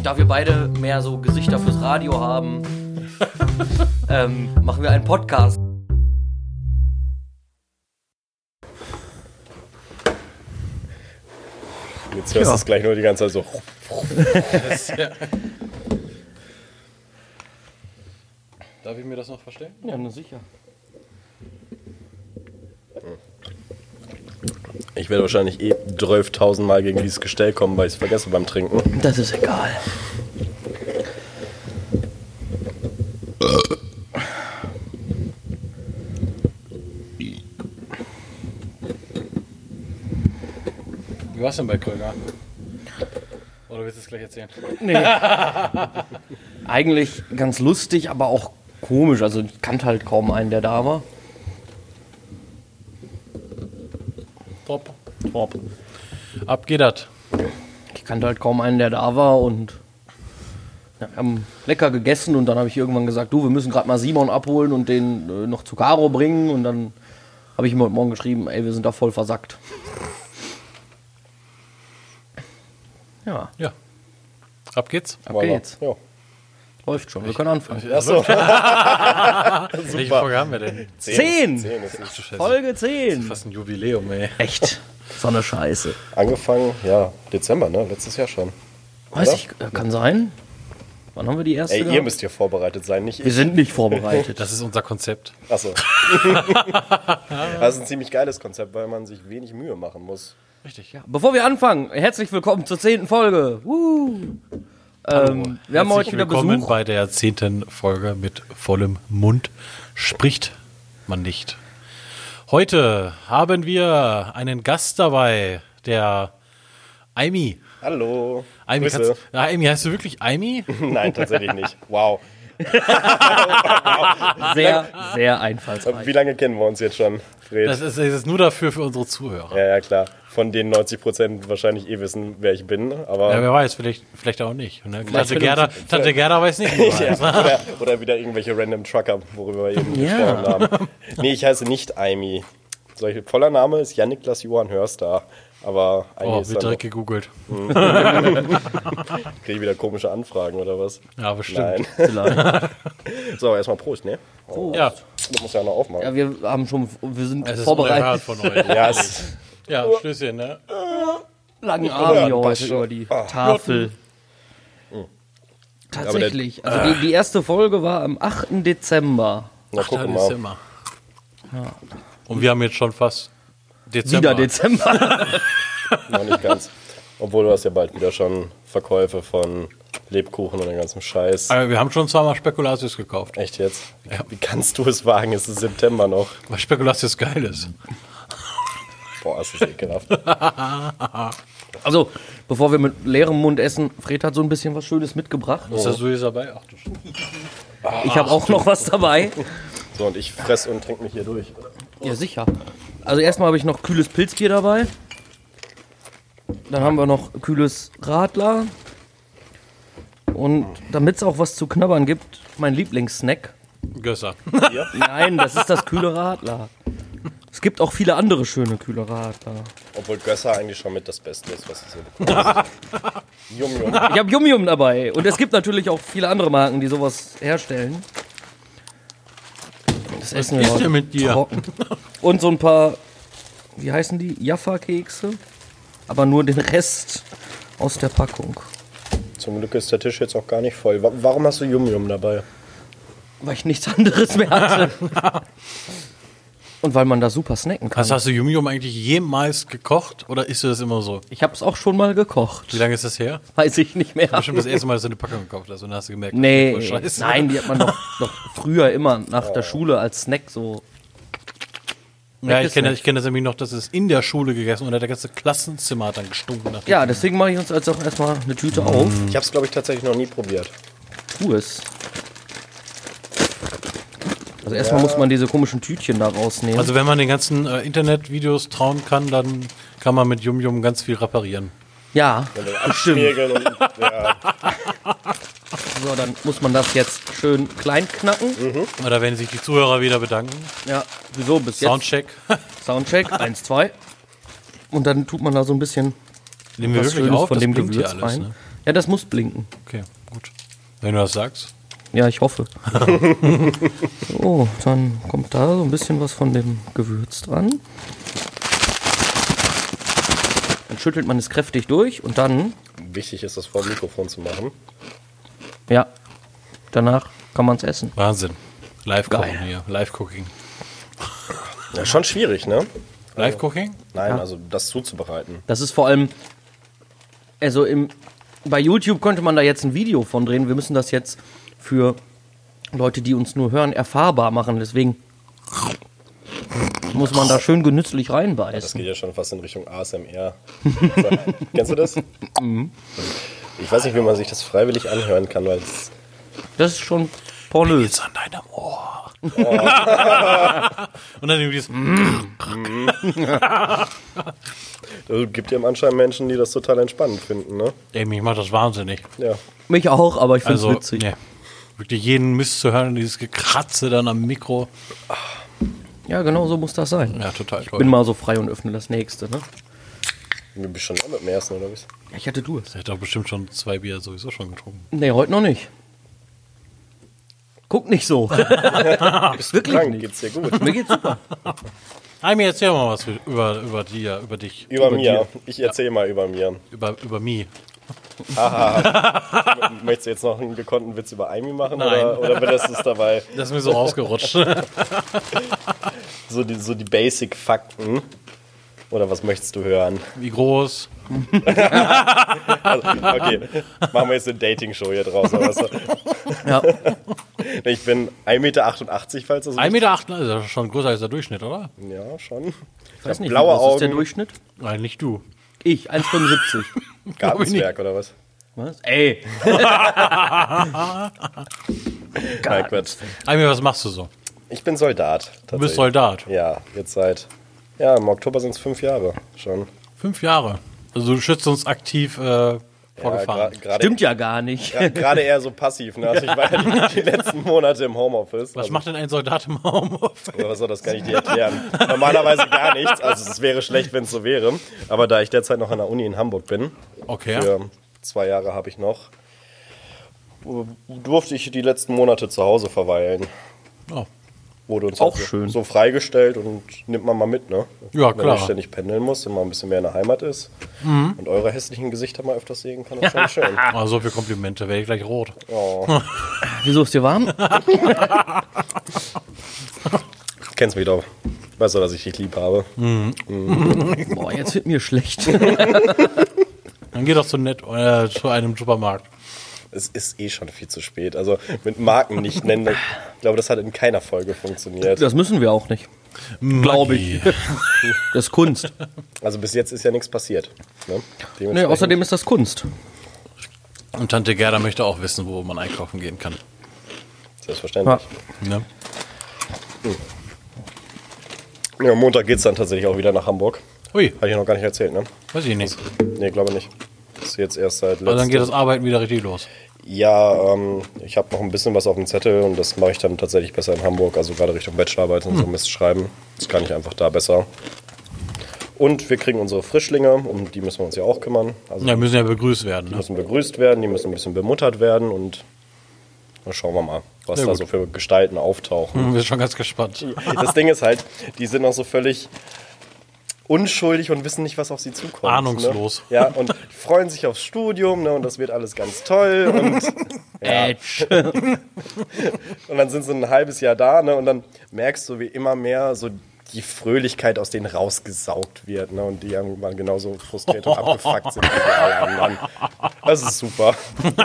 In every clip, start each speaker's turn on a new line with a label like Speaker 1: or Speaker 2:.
Speaker 1: Da wir beide mehr so Gesichter fürs Radio haben, machen wir einen Podcast.
Speaker 2: Jetzt hörst du es gleich nur die ganze Zeit so.
Speaker 3: Darf ich mir das noch verstellen?
Speaker 1: Ja, nur sicher.
Speaker 2: Ich werde wahrscheinlich 12.000 Mal gegen dieses Gestell kommen, weil ich es vergesse beim Trinken.
Speaker 1: Das ist egal.
Speaker 3: Wie war's denn bei Kröger? Oder willst du es gleich erzählen?
Speaker 1: Nee. Eigentlich ganz lustig, aber auch komisch. Also ich kannte halt kaum einen, der da war.
Speaker 3: Top. Ab geht das.
Speaker 1: Ich kannte halt kaum einen, der da war und ja, wir haben lecker gegessen und dann habe ich irgendwann gesagt, du, wir müssen gerade mal Simon abholen und den noch zu Caro bringen und dann habe ich ihm heute Morgen geschrieben, ey, wir sind da voll versackt. Ja,
Speaker 3: Ja. Ab geht's.
Speaker 1: ab geht's.
Speaker 2: Ja.
Speaker 1: Läuft schon, wir können anfangen.
Speaker 2: Achso.
Speaker 3: Welche Folge haben wir denn?
Speaker 1: 10!
Speaker 2: 10 ist es.
Speaker 3: Ach du Scheiße.
Speaker 1: Folge 10!
Speaker 3: Fast ein Jubiläum, ey.
Speaker 1: Echt? So eine Scheiße.
Speaker 2: Angefangen, ja, Dezember, ne? Letztes Jahr schon.
Speaker 1: Weiß
Speaker 2: Oder?
Speaker 1: ich, kann sein. Wann haben wir die erste
Speaker 2: Ey, ihr
Speaker 1: gehabt?
Speaker 2: müsst ja vorbereitet sein, nicht
Speaker 1: Wir
Speaker 2: ich.
Speaker 1: sind nicht vorbereitet.
Speaker 3: Das ist unser Konzept.
Speaker 2: Achso. Das ist ein ziemlich geiles Konzept, weil man sich wenig Mühe machen muss.
Speaker 3: Richtig.
Speaker 1: Ja, bevor wir anfangen, herzlich willkommen zur 10. Folge. Wir haben heute wieder
Speaker 3: Willkommen
Speaker 1: Besuch.
Speaker 3: bei der 10. Folge mit vollem Mund. Spricht man nicht. Heute haben wir einen Gast dabei, der Aimi.
Speaker 2: Hallo.
Speaker 3: Aimi,
Speaker 2: Grüße.
Speaker 3: Aimi, heißt du wirklich Aimi?
Speaker 2: Nein, tatsächlich nicht. Wow.
Speaker 1: Sehr, sehr einfallsreich.
Speaker 2: Wie lange kennen wir uns jetzt schon, Fred?
Speaker 3: Das ist nur dafür für unsere Zuhörer.
Speaker 2: Ja, klar. Von den 90% wahrscheinlich wissen, wer ich bin. Aber
Speaker 3: Ja, wer weiß, vielleicht auch nicht. Ne? Tante
Speaker 1: für
Speaker 3: Gerda weiß nicht, wer du
Speaker 2: ja, oder wieder irgendwelche random Trucker, worüber wir eben
Speaker 1: Ja.
Speaker 2: gesprochen haben. Nee, ich heiße nicht Aimi. Voller Name ist Jan-Niklas Johann Hörstar. Aber Aimi
Speaker 3: Oh,
Speaker 2: ist
Speaker 3: wird
Speaker 2: dann
Speaker 3: direkt gegoogelt.
Speaker 2: kriege ich wieder komische Anfragen oder was?
Speaker 3: Ja, bestimmt.
Speaker 2: Nein. So, erstmal Prost, ne?
Speaker 3: Ja,
Speaker 2: Du musst ja noch aufmachen.
Speaker 1: Ja, wir sind
Speaker 3: es ist
Speaker 1: vorbereitet.
Speaker 3: unerhört von euch.
Speaker 2: Ja, es,
Speaker 3: Ja, Stößchen, ne?
Speaker 1: Langen Abend hier heute
Speaker 2: passt
Speaker 1: über die Tafel.
Speaker 2: Aber
Speaker 1: Tatsächlich. Also die erste Folge war am 8. Dezember.
Speaker 2: na guck mal.
Speaker 3: Dezember. Und wir haben jetzt schon fast Dezember.
Speaker 1: Wieder Dezember.
Speaker 2: Noch nicht ganz. Obwohl du hast ja bald wieder schon Verkäufe von Lebkuchen und den ganzen Scheiß.
Speaker 3: Aber wir haben schon zweimal Spekulatius gekauft.
Speaker 2: Echt jetzt? Wie kannst du es wagen? Es ist September noch.
Speaker 3: Weil Spekulatius geil ist.
Speaker 2: Boah, ist das ekelhaft.
Speaker 1: Also, bevor wir mit leerem Mund essen, Fred hat so ein bisschen was Schönes mitgebracht.
Speaker 3: Was hast du jetzt dabei? Ach du Scheiße.
Speaker 1: Ich habe auch noch was dabei.
Speaker 2: So, und ich fress und trinke mich hier durch.
Speaker 1: Ja, sicher. Also erstmal habe ich noch kühles Pilzbier dabei. Dann haben wir noch kühles Radler. Und damit es auch was zu knabbern gibt, mein Lieblingssnack.
Speaker 3: Gösser.
Speaker 1: Nein, das ist das kühle Radler. Es gibt auch viele andere schöne kühle Radler.
Speaker 2: Obwohl Gösser eigentlich schon mit das Beste ist, was es gibt. Yum Yum.
Speaker 1: Ich habe Yum Yum dabei. Und es gibt natürlich auch viele andere Marken, die sowas herstellen. Das essen wir
Speaker 3: ist
Speaker 1: heute
Speaker 3: denn mit dir?
Speaker 1: trocken. Und so ein paar, wie heißen die? Jaffa-Kekse. Aber nur den Rest aus der Packung.
Speaker 2: Zum Glück ist der Tisch jetzt auch gar nicht voll. Warum hast du Yum Yum dabei?
Speaker 1: Weil ich nichts anderes mehr hatte. Und weil man da super snacken kann.
Speaker 3: Hast du Yum eigentlich jemals gekocht oder isst du das immer so?
Speaker 1: Ich habe es auch schon mal gekocht.
Speaker 3: Wie lange ist das her?
Speaker 1: Weiß ich nicht mehr.
Speaker 3: Bestimmt das erste Mal, dass du eine Packung gekauft hast und dann hast du gemerkt,
Speaker 1: Nee,
Speaker 3: voll scheiße.
Speaker 1: nein, die hat man doch früher immer nach der Schule als Snack so.
Speaker 3: Ja, ich kenne das nämlich noch, dass es in der Schule gegessen und der ganze Klassenzimmer hat dann gestunken. Nach
Speaker 1: Ja, deswegen mache ich uns jetzt auch erstmal eine Tüte auf.
Speaker 2: Ich habe es, glaube ich, tatsächlich noch nie probiert.
Speaker 1: Tu es. Also erstmal muss man diese komischen Tütchen da rausnehmen.
Speaker 3: Also wenn man den ganzen Internetvideos trauen kann, dann kann man mit Yum Yum ganz viel reparieren.
Speaker 1: ja,
Speaker 2: Abschmirgeln und ja.
Speaker 1: so, dann muss man das jetzt schön klein knacken.
Speaker 3: Oder wenn sich die Zuhörer wieder bedanken.
Speaker 1: Ja, wieso bis jetzt?
Speaker 3: Soundcheck.
Speaker 1: Soundcheck, 1, 2. Und dann tut man da so ein bisschen
Speaker 3: Nehmen wir
Speaker 1: was
Speaker 3: wirklich
Speaker 1: Schönes
Speaker 3: auf,
Speaker 1: von
Speaker 3: das
Speaker 1: dem
Speaker 3: blinkt hier
Speaker 1: Gewürz
Speaker 3: alles,
Speaker 1: rein.
Speaker 3: ne?
Speaker 1: Ja, das muss blinken.
Speaker 3: Okay, gut. Wenn du das sagst.
Speaker 1: Ja, ich hoffe. So, dann kommt da so ein bisschen was von dem Gewürz dran. Dann schüttelt man es kräftig durch und dann,
Speaker 2: Wichtig ist, das vor dem Mikrofon zu machen.
Speaker 1: ja, danach kann man es essen.
Speaker 3: Wahnsinn. Live-Kochen
Speaker 1: Geil.
Speaker 3: hier. Live-Cooking.
Speaker 2: Ja, schon schwierig, ne?
Speaker 3: Live-Cooking?
Speaker 2: Nein,
Speaker 1: Ja.
Speaker 2: also das zuzubereiten.
Speaker 1: Das ist vor allem, also bei YouTube könnte man da jetzt ein Video von drehen. Wir müssen das jetzt für Leute, die uns nur hören, erfahrbar machen. Deswegen muss man da schön genüsslich
Speaker 2: Das
Speaker 1: reinbeißen.
Speaker 2: geht ja schon fast in Richtung ASMR. Kennst du das? Ich weiß nicht, wie man sich das freiwillig anhören kann, weil es
Speaker 1: Das ist schon pornös.
Speaker 3: Jetzt an deinem Ohr. Und dann irgendwie
Speaker 2: gibt ja anscheinend Menschen, die das total entspannend finden, ne?
Speaker 3: ey, mich macht das wahnsinnig.
Speaker 2: Ja.
Speaker 1: Mich auch, aber ich finde es
Speaker 3: Also,
Speaker 1: witzig.
Speaker 3: nee. Wirklich jeden Mist zu hören, dieses Gekratze dann am Mikro.
Speaker 1: Ja, genau so muss das sein.
Speaker 3: Ja, total
Speaker 1: Ich
Speaker 3: toll.
Speaker 1: bin mal so frei und öffne das nächste. Ne?
Speaker 2: Du bist schon mit dem ersten, oder was?
Speaker 1: Ja, ich hatte Durst.
Speaker 3: Ich hätte doch bestimmt schon 2 Bier sowieso schon getrunken.
Speaker 1: Nee, heute noch nicht. Guck nicht so. Wirklich
Speaker 2: Krank,
Speaker 1: nicht.
Speaker 2: geht's dir gut?
Speaker 1: Mir geht's super.
Speaker 3: Heimi, erzähl mal was über dich.
Speaker 2: Über mir. Ich erzähle mal über mir.
Speaker 3: Über mich.
Speaker 2: Möchtest du jetzt noch einen gekonnten Witz über Aimi machen?
Speaker 3: Nein.
Speaker 2: Oder wird das dabei?
Speaker 3: Das ist mir so rausgerutscht.
Speaker 2: So die Basic-Fakten. Oder was möchtest du hören?
Speaker 3: Wie groß?
Speaker 2: Also, okay, machen wir jetzt eine Dating-Show hier draus. Oder was?
Speaker 1: Ja.
Speaker 2: Ich bin 1,88 Meter, falls das
Speaker 3: 1,8 Meter, ist ja schon größer als der Durchschnitt, oder?
Speaker 2: Ja, schon.
Speaker 1: Ich weiß nicht,
Speaker 2: blaue
Speaker 1: wie groß ist der
Speaker 2: Augen.
Speaker 1: Durchschnitt?
Speaker 3: Nein, nicht du.
Speaker 1: Ich, 1,75.
Speaker 2: Gartenzwerg oder was?
Speaker 1: Was? Ey.
Speaker 2: Nein, Quatsch.
Speaker 3: Heimi, was machst du so?
Speaker 2: Ich bin Soldat.
Speaker 3: Du bist Soldat.
Speaker 2: Ja, jetzt seit. Ja, im Oktober sind es 5 Jahre schon.
Speaker 3: 5 Jahre. Also du schützt uns aktiv vor Gefahren.
Speaker 1: Stimmt ja gar nicht.
Speaker 2: Gerade eher so passiv. Ne? Also ich war ja die letzten Monate im Homeoffice.
Speaker 3: Was macht denn ein Soldat im Homeoffice?
Speaker 2: Was soll das, kann ich dir erklären. Normalerweise gar nichts. Also es wäre schlecht, wenn es so wäre. Aber da ich derzeit noch an der Uni in Hamburg bin,
Speaker 3: Okay.
Speaker 2: für 2 Jahre habe ich noch, durfte ich die letzten Monate zu Hause verweilen.
Speaker 3: Oh.
Speaker 2: Wurde uns
Speaker 1: Auch
Speaker 2: halt
Speaker 1: schön.
Speaker 2: so freigestellt und nimmt man mal mit, ne?
Speaker 3: Ja,
Speaker 2: Wenn
Speaker 3: klar.
Speaker 2: man ständig pendeln muss und mal ein bisschen mehr in der Heimat ist und eure hässlichen Gesichter mal öfters sehen kann, ist schon schön.
Speaker 3: Oh, so viele Komplimente, werde ich gleich rot.
Speaker 2: Oh.
Speaker 1: Wieso ist dir warm?
Speaker 2: Kennst mich doch. Weißt du, dass ich dich lieb habe?
Speaker 1: Boah, jetzt wird mir schlecht.
Speaker 3: Dann geh doch zu einem Supermarkt.
Speaker 2: Es ist eh schon viel zu spät. Also mit Marken nicht nennen, ich glaube, das hat in keiner Folge funktioniert.
Speaker 1: Das müssen wir auch nicht. Glaube ich. Das ist Kunst.
Speaker 2: Also bis jetzt ist ja nichts passiert. Ne?
Speaker 1: Nee,
Speaker 2: Dementsprechend-
Speaker 1: außerdem ist das Kunst.
Speaker 3: Und Tante Gerda möchte auch wissen, wo man einkaufen gehen kann.
Speaker 2: Selbstverständlich.
Speaker 3: Ne?
Speaker 2: Ja, Montag geht es dann tatsächlich auch wieder nach Hamburg.
Speaker 3: Ui,
Speaker 2: Hatte ich noch gar nicht erzählt, ne?
Speaker 3: weiß ich nicht.
Speaker 2: Nee, glaube nicht. Das ist jetzt erst seit
Speaker 3: Aber dann geht das Arbeiten wieder richtig los.
Speaker 2: Ja, ich habe noch ein bisschen was auf dem Zettel und das mache ich dann tatsächlich besser in Hamburg. Also gerade Richtung Bachelorarbeit und so Mist schreiben. Das kann ich einfach da besser. Und wir kriegen unsere Frischlinge, um die müssen wir uns ja auch kümmern. Also
Speaker 3: Ja, müssen ja begrüßt werden.
Speaker 2: die
Speaker 3: Ne?
Speaker 2: müssen begrüßt werden, die müssen ein bisschen bemuttert werden und dann schauen wir mal, was
Speaker 3: Sehr
Speaker 2: da
Speaker 3: gut.
Speaker 2: so für Gestalten auftauchen.
Speaker 3: Wir sind schon ganz gespannt.
Speaker 2: Das Ding ist halt, die sind noch so völlig unschuldig und wissen nicht, was auf sie zukommt.
Speaker 3: Ahnungslos.
Speaker 2: Ne? Ja, und die freuen sich aufs Studium, ne, und das wird alles ganz toll. Und, ja.
Speaker 1: Edge.
Speaker 2: Und dann sind sie ein halbes Jahr da, ne, und dann merkst du, wie immer mehr so die Fröhlichkeit aus denen rausgesaugt wird. Ne, und die irgendwann genauso frustriert und abgefuckt sind wie alle anderen. Das ist super.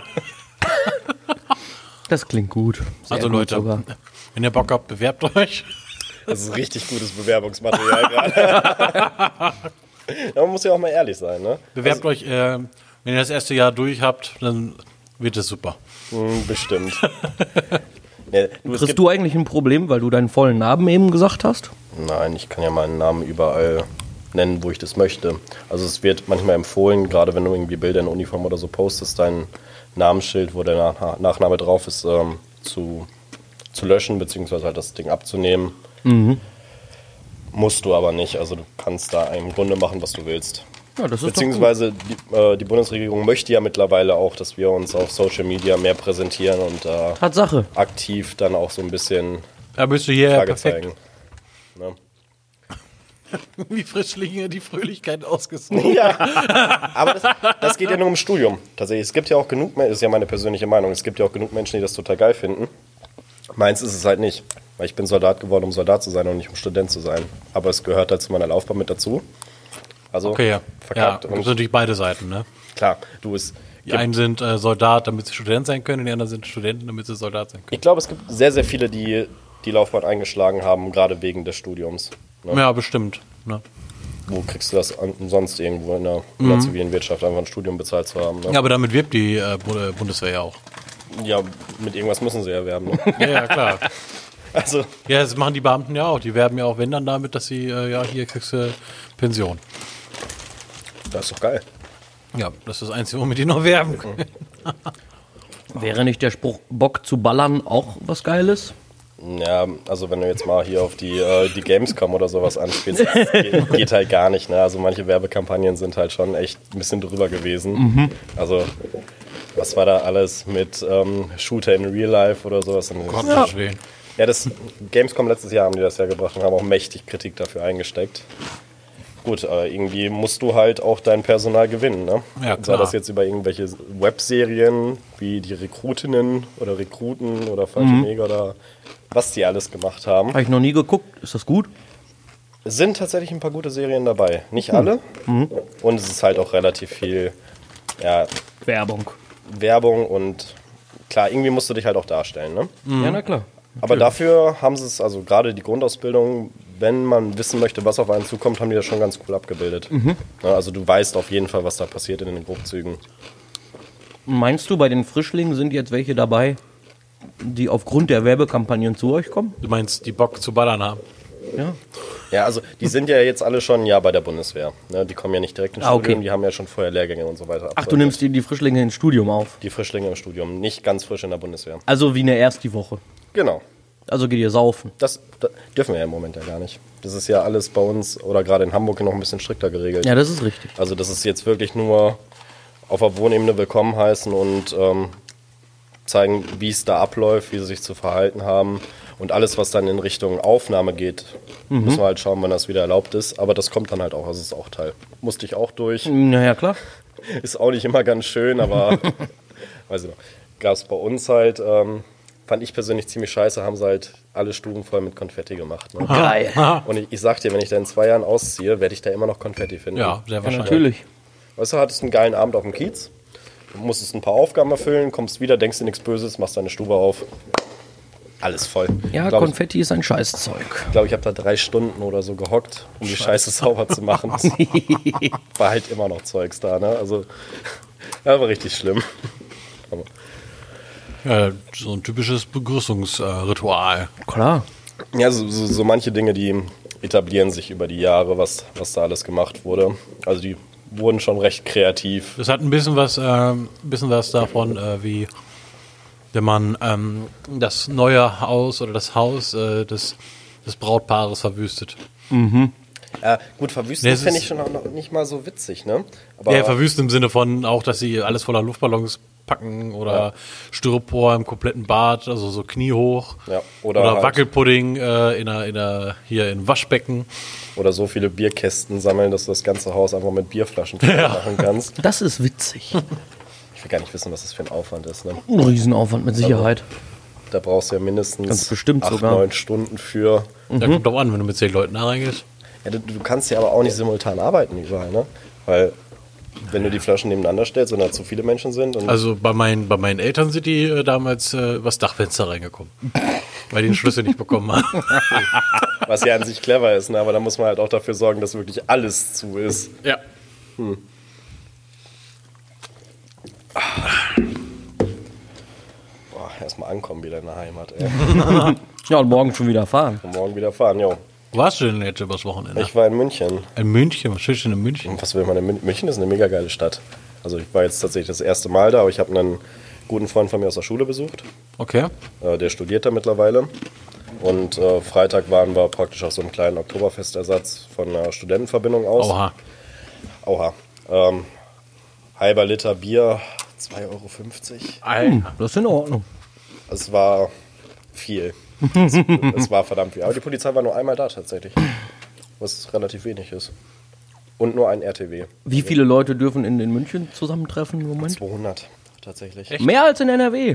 Speaker 1: Das klingt gut. Sehr
Speaker 3: Also
Speaker 1: gut
Speaker 3: Leute,
Speaker 1: sogar.
Speaker 3: wenn ihr Bock habt, bewerbt euch.
Speaker 2: Das ist richtig gutes Bewerbungsmaterial gerade. Ja, man muss ja auch mal ehrlich sein, ne?
Speaker 3: Bewerbt euch, wenn ihr das erste Jahr durch habt, dann wird es super.
Speaker 2: Bestimmt. Ja,
Speaker 1: Kriegst du eigentlich ein Problem, weil du deinen vollen Namen eben gesagt hast?
Speaker 2: Nein, ich kann ja meinen Namen überall nennen, wo ich das möchte. Also es wird manchmal empfohlen, gerade wenn du irgendwie Bilder in Uniform oder so postest, dein Namensschild, wo der Nachname drauf ist, zu löschen, beziehungsweise halt das Ding abzunehmen. Musst du aber nicht. Also du kannst da im Grunde machen, was du willst.
Speaker 1: Ja, das ist
Speaker 2: Beziehungsweise die Bundesregierung möchte ja mittlerweile auch, dass wir uns auf Social Media mehr präsentieren und
Speaker 1: Tatsache.
Speaker 2: aktiv dann auch so ein bisschen
Speaker 3: Da bist du hier
Speaker 2: Flagge
Speaker 3: perfekt.
Speaker 2: zeigen. Ne?
Speaker 3: Wie Frischlinge die Fröhlichkeit ausgesucht.
Speaker 2: Aber das geht ja nur ums Studium. Tatsächlich, es gibt ja auch genug Menschen, ist ja meine persönliche Meinung, es gibt ja auch genug Menschen, die das total geil finden. Meins ist es halt nicht, weil ich bin Soldat geworden, um Soldat zu sein und nicht um Student zu sein. Aber es gehört halt zu meiner Laufbahn mit dazu. Also
Speaker 3: Okay, ja.
Speaker 2: verkackt.
Speaker 3: Das sind
Speaker 2: Und
Speaker 3: natürlich beide Seiten, ne?
Speaker 2: klar, du bist.
Speaker 3: Die einen sind Soldat, damit sie Student sein können, und die anderen sind Studenten, damit sie Soldat sein können.
Speaker 2: Ich glaube, es gibt sehr, sehr viele, die die Laufbahn eingeschlagen haben, gerade wegen des Studiums. Ne?
Speaker 3: Ja, bestimmt. Ne?
Speaker 2: Wo kriegst du das umsonst irgendwo in der zivilen Wirtschaft, einfach ein Studium bezahlt zu haben? Ne?
Speaker 3: Ja, aber damit wirbt die Bundeswehr ja auch.
Speaker 2: Ja, mit irgendwas müssen sie ja werben. Ne?
Speaker 3: Ja, klar.
Speaker 2: Also,
Speaker 3: Ja, das machen die Beamten ja auch. Die werben ja auch, wenn dann damit, dass sie, hier kriegst du Pension.
Speaker 2: das ist doch geil.
Speaker 3: Ja, das ist das Einzige, womit die noch werben können.
Speaker 1: Wäre nicht der Spruch, Bock zu ballern, auch was Geiles?
Speaker 2: Ja, also wenn du jetzt mal hier auf die Gamescom oder sowas anspielst, geht halt gar nicht. Ne? Also manche Werbekampagnen sind halt schon echt ein bisschen drüber gewesen. Also was war da alles mit Shooter in Real Life oder sowas?
Speaker 3: Gottes Willen.
Speaker 2: Ja, das Gamescom letztes Jahr haben die das ja gebracht und haben auch mächtig Kritik dafür eingesteckt. Gut, irgendwie musst du halt auch dein Personal gewinnen, ne?
Speaker 3: Ja,
Speaker 2: Sei
Speaker 3: klar.
Speaker 2: das jetzt über irgendwelche Webserien wie die Rekrutinnen oder Rekruten oder Falsche Neger oder was die alles gemacht haben.
Speaker 1: Habe ich noch nie geguckt. Ist das gut?
Speaker 2: Es sind tatsächlich ein paar gute Serien dabei. Nicht alle. Und es ist halt auch relativ viel
Speaker 1: Werbung.
Speaker 2: Werbung und klar, irgendwie musst du dich halt auch darstellen, ne?
Speaker 1: Ja, na klar.
Speaker 2: Aber dafür haben sie es, also gerade die Grundausbildung, wenn man wissen möchte, was auf einen zukommt, haben die das schon ganz cool abgebildet. Ja, also du weißt auf jeden Fall, was da passiert in den Grundzügen.
Speaker 1: Meinst du, bei den Frischlingen sind jetzt welche dabei, die aufgrund der Werbekampagnen zu euch kommen?
Speaker 3: Du meinst, die Bock zu ballern haben?
Speaker 1: Ja.
Speaker 2: Ja, also die sind ja jetzt alle schon ein Jahr bei der Bundeswehr. Ne, die kommen ja nicht direkt ins Studium,
Speaker 1: okay.
Speaker 2: die haben ja schon vorher Lehrgänge und so weiter.
Speaker 1: Ach, du nimmst die Frischlinge ins Studium auf?
Speaker 2: die Frischlinge im Studium, nicht ganz frisch in der Bundeswehr.
Speaker 1: Also wie eine erst die Woche.
Speaker 2: Genau.
Speaker 1: Also geht ihr saufen.
Speaker 2: Das dürfen wir ja im Moment ja gar nicht. Das ist ja alles bei uns oder gerade in Hamburg noch ein bisschen strikter geregelt.
Speaker 1: Ja, das ist richtig.
Speaker 2: Also das ist jetzt wirklich nur auf der Wohnebene willkommen heißen und zeigen, wie es da abläuft, wie sie sich zu verhalten haben. Und alles, was dann in Richtung Aufnahme geht, müssen wir halt schauen, wann das wieder erlaubt ist. Aber das kommt dann halt auch, also ist auch Teil. Musste ich auch durch.
Speaker 1: Naja, klar.
Speaker 2: Ist auch nicht immer ganz schön, aber weiß ich noch. Gab es bei uns halt, fand ich persönlich ziemlich scheiße, haben sie halt alle Stuben voll mit Konfetti gemacht. Ne?
Speaker 1: Geil.
Speaker 2: Und ich sag dir, wenn ich da in 2 Jahren ausziehe, werde ich da immer noch Konfetti finden.
Speaker 3: Ja, sehr
Speaker 1: Ja,
Speaker 3: wahrscheinlich.
Speaker 1: natürlich.
Speaker 2: Weißt du, hattest einen geilen Abend auf dem Kiez, du musstest ein paar Aufgaben erfüllen, kommst wieder, denkst dir nichts Böses, machst deine Stube auf. Alles voll.
Speaker 1: Ja,
Speaker 2: ich glaube,
Speaker 1: Konfetti ist ein Scheißzeug.
Speaker 2: ich habe da 3 Stunden oder so gehockt, um die Scheiße sauber zu machen. War halt immer noch Zeugs da, ne? Also, war richtig schlimm. Aber
Speaker 3: Ja, so ein typisches Begrüßungsritual.
Speaker 1: Klar.
Speaker 2: ja, so manche Dinge, die etablieren sich über die Jahre, was da alles gemacht wurde. Also die wurden schon recht kreativ.
Speaker 3: Das hat ein bisschen was davon, wie wenn man das neue Haus oder das Haus des Brautpaares verwüstet.
Speaker 2: Gut, verwüsten
Speaker 3: Nee, es
Speaker 2: finde
Speaker 3: ist-
Speaker 2: ich schon auch noch nicht mal so witzig, ne? Aber
Speaker 3: Ja, verwüsten im Sinne von auch, dass sie alles voller Luftballons packen oder Styropor im kompletten Bad, also so kniehoch.
Speaker 2: Ja,
Speaker 3: Oder
Speaker 2: oder halt-
Speaker 3: Wackelpudding hier im Waschbecken.
Speaker 2: oder so viele Bierkästen sammeln, dass du das ganze Haus einfach mit Bierflaschen voll machen kannst.
Speaker 1: Das ist witzig.
Speaker 2: Ich will gar nicht wissen, was das für ein Aufwand ist, ne?
Speaker 1: Ein Riesenaufwand mit Sicherheit.
Speaker 2: Da brauchst du ja mindestens
Speaker 1: Ganz bestimmt
Speaker 2: 8,
Speaker 1: sogar.
Speaker 2: 9 Stunden für.
Speaker 3: Da kommt auch an, wenn du mit 10 Leuten da reingehst.
Speaker 2: Ja, du kannst ja aber auch nicht simultan arbeiten überall, ne? Weil wenn du die Flaschen nebeneinander stellst und da zu viele Menschen sind und
Speaker 3: Also bei meinen Eltern sind die damals übers Dachfenster reingekommen. Weil die den Schlüssel nicht bekommen haben.
Speaker 2: was ja an sich clever ist, ne? Aber da muss man halt auch dafür sorgen, dass wirklich alles zu ist.
Speaker 3: Ja.
Speaker 2: Boah, erstmal ankommen wieder in der Heimat, ey.
Speaker 1: Ja, und morgen schon wieder fahren.
Speaker 2: Und morgen wieder fahren, jo.
Speaker 3: Wo warst du denn jetzt übers Wochenende?
Speaker 2: Ich war in München.
Speaker 3: In München? Was steht denn in München?
Speaker 2: Was will man in München? München ist eine mega geile Stadt. Also ich war jetzt tatsächlich das erste Mal da, aber ich habe einen guten Freund von mir aus der Schule besucht.
Speaker 3: Okay.
Speaker 2: Der studiert da mittlerweile. Und Freitag waren wir praktisch auf so einem kleinen Oktoberfestersatz von einer Studentenverbindung aus.
Speaker 3: Oha.
Speaker 2: Oha. Halber Liter Bier, 2,50 Euro.
Speaker 1: Das ist in Ordnung.
Speaker 2: Es war viel. Es war verdammt viel. Aber die Polizei war nur einmal da tatsächlich. Was relativ wenig ist. Und nur ein RTW.
Speaker 1: Wie viele Leute dürfen in München zusammentreffen im Moment?
Speaker 2: 200 tatsächlich.
Speaker 3: Echt?
Speaker 1: Mehr als in NRW.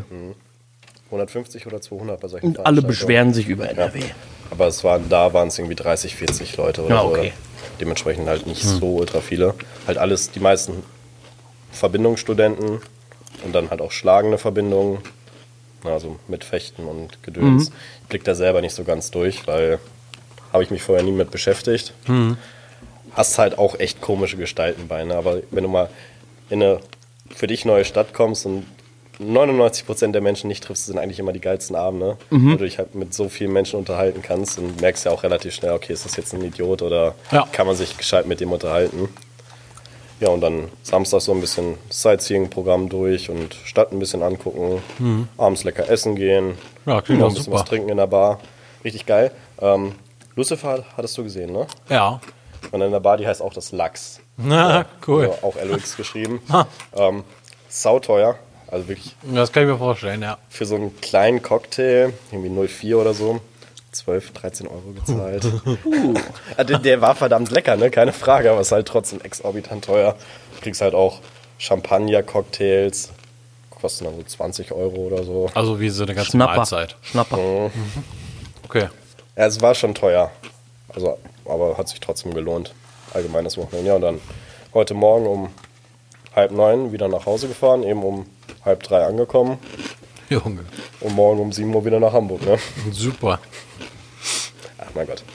Speaker 2: 150 oder 200 bei solchen
Speaker 1: Und alle
Speaker 2: Veranstaltungen.
Speaker 1: beschweren sich über NRW.
Speaker 2: Aber da waren es irgendwie 30, 40 Leute oder
Speaker 1: Ja,
Speaker 2: so.
Speaker 1: okay.
Speaker 2: Dementsprechend halt nicht so ultra viele. Halt alles, die meisten Verbindungsstudenten und dann halt auch schlagende Verbindungen. Also mit Fechten und Gedöns. Ich blick da selber nicht so ganz durch, weil habe ich mich vorher nie mit beschäftigt. Hast halt auch echt komische Gestalten bei, ne? Aber wenn du mal in eine für dich neue Stadt kommst und 99% der Menschen nicht triffst, sind eigentlich immer die geilsten Abende, wo du dich halt mit so vielen Menschen unterhalten kannst und merkst ja auch relativ schnell, okay, ist das jetzt ein Idiot oder kann man sich gescheit mit dem unterhalten. Ja, und dann Samstag so ein bisschen Sightseeing-Programm durch und Stadt ein bisschen angucken, abends lecker essen gehen,
Speaker 3: Ja, klingt
Speaker 2: noch
Speaker 3: auch
Speaker 2: ein bisschen
Speaker 3: super.
Speaker 2: was trinken in der Bar. Richtig geil. Lucifer hattest du gesehen, ne?
Speaker 3: Ja.
Speaker 2: Und in der Bar, die heißt auch das Lachs.
Speaker 3: Na, cool.
Speaker 2: Also auch LOX geschrieben. Sauteuer. Also wirklich
Speaker 3: Das kann ich mir vorstellen, ja.
Speaker 2: für so einen kleinen Cocktail, irgendwie 04 oder so, 12, 13 Euro gezahlt. Der war verdammt lecker, ne? Keine Frage, aber ist halt trotzdem exorbitant teuer. Du kriegst halt auch Champagner-Cocktails, kosten dann so 20 Euro oder so.
Speaker 3: Also wie so eine ganze
Speaker 1: Schnapper.
Speaker 3: Mahlzeit.
Speaker 1: Schnapper.
Speaker 3: Okay.
Speaker 2: Ja, es war schon teuer. Also, aber hat sich trotzdem gelohnt. Allgemeines Wochenende. Ja, und dann heute Morgen um 8:30 wieder nach Hause gefahren, eben um 2:30 angekommen
Speaker 3: Junge.
Speaker 2: und morgen um 7 Uhr wieder nach Hamburg, ne?
Speaker 3: Super.
Speaker 2: Ach mein Gott.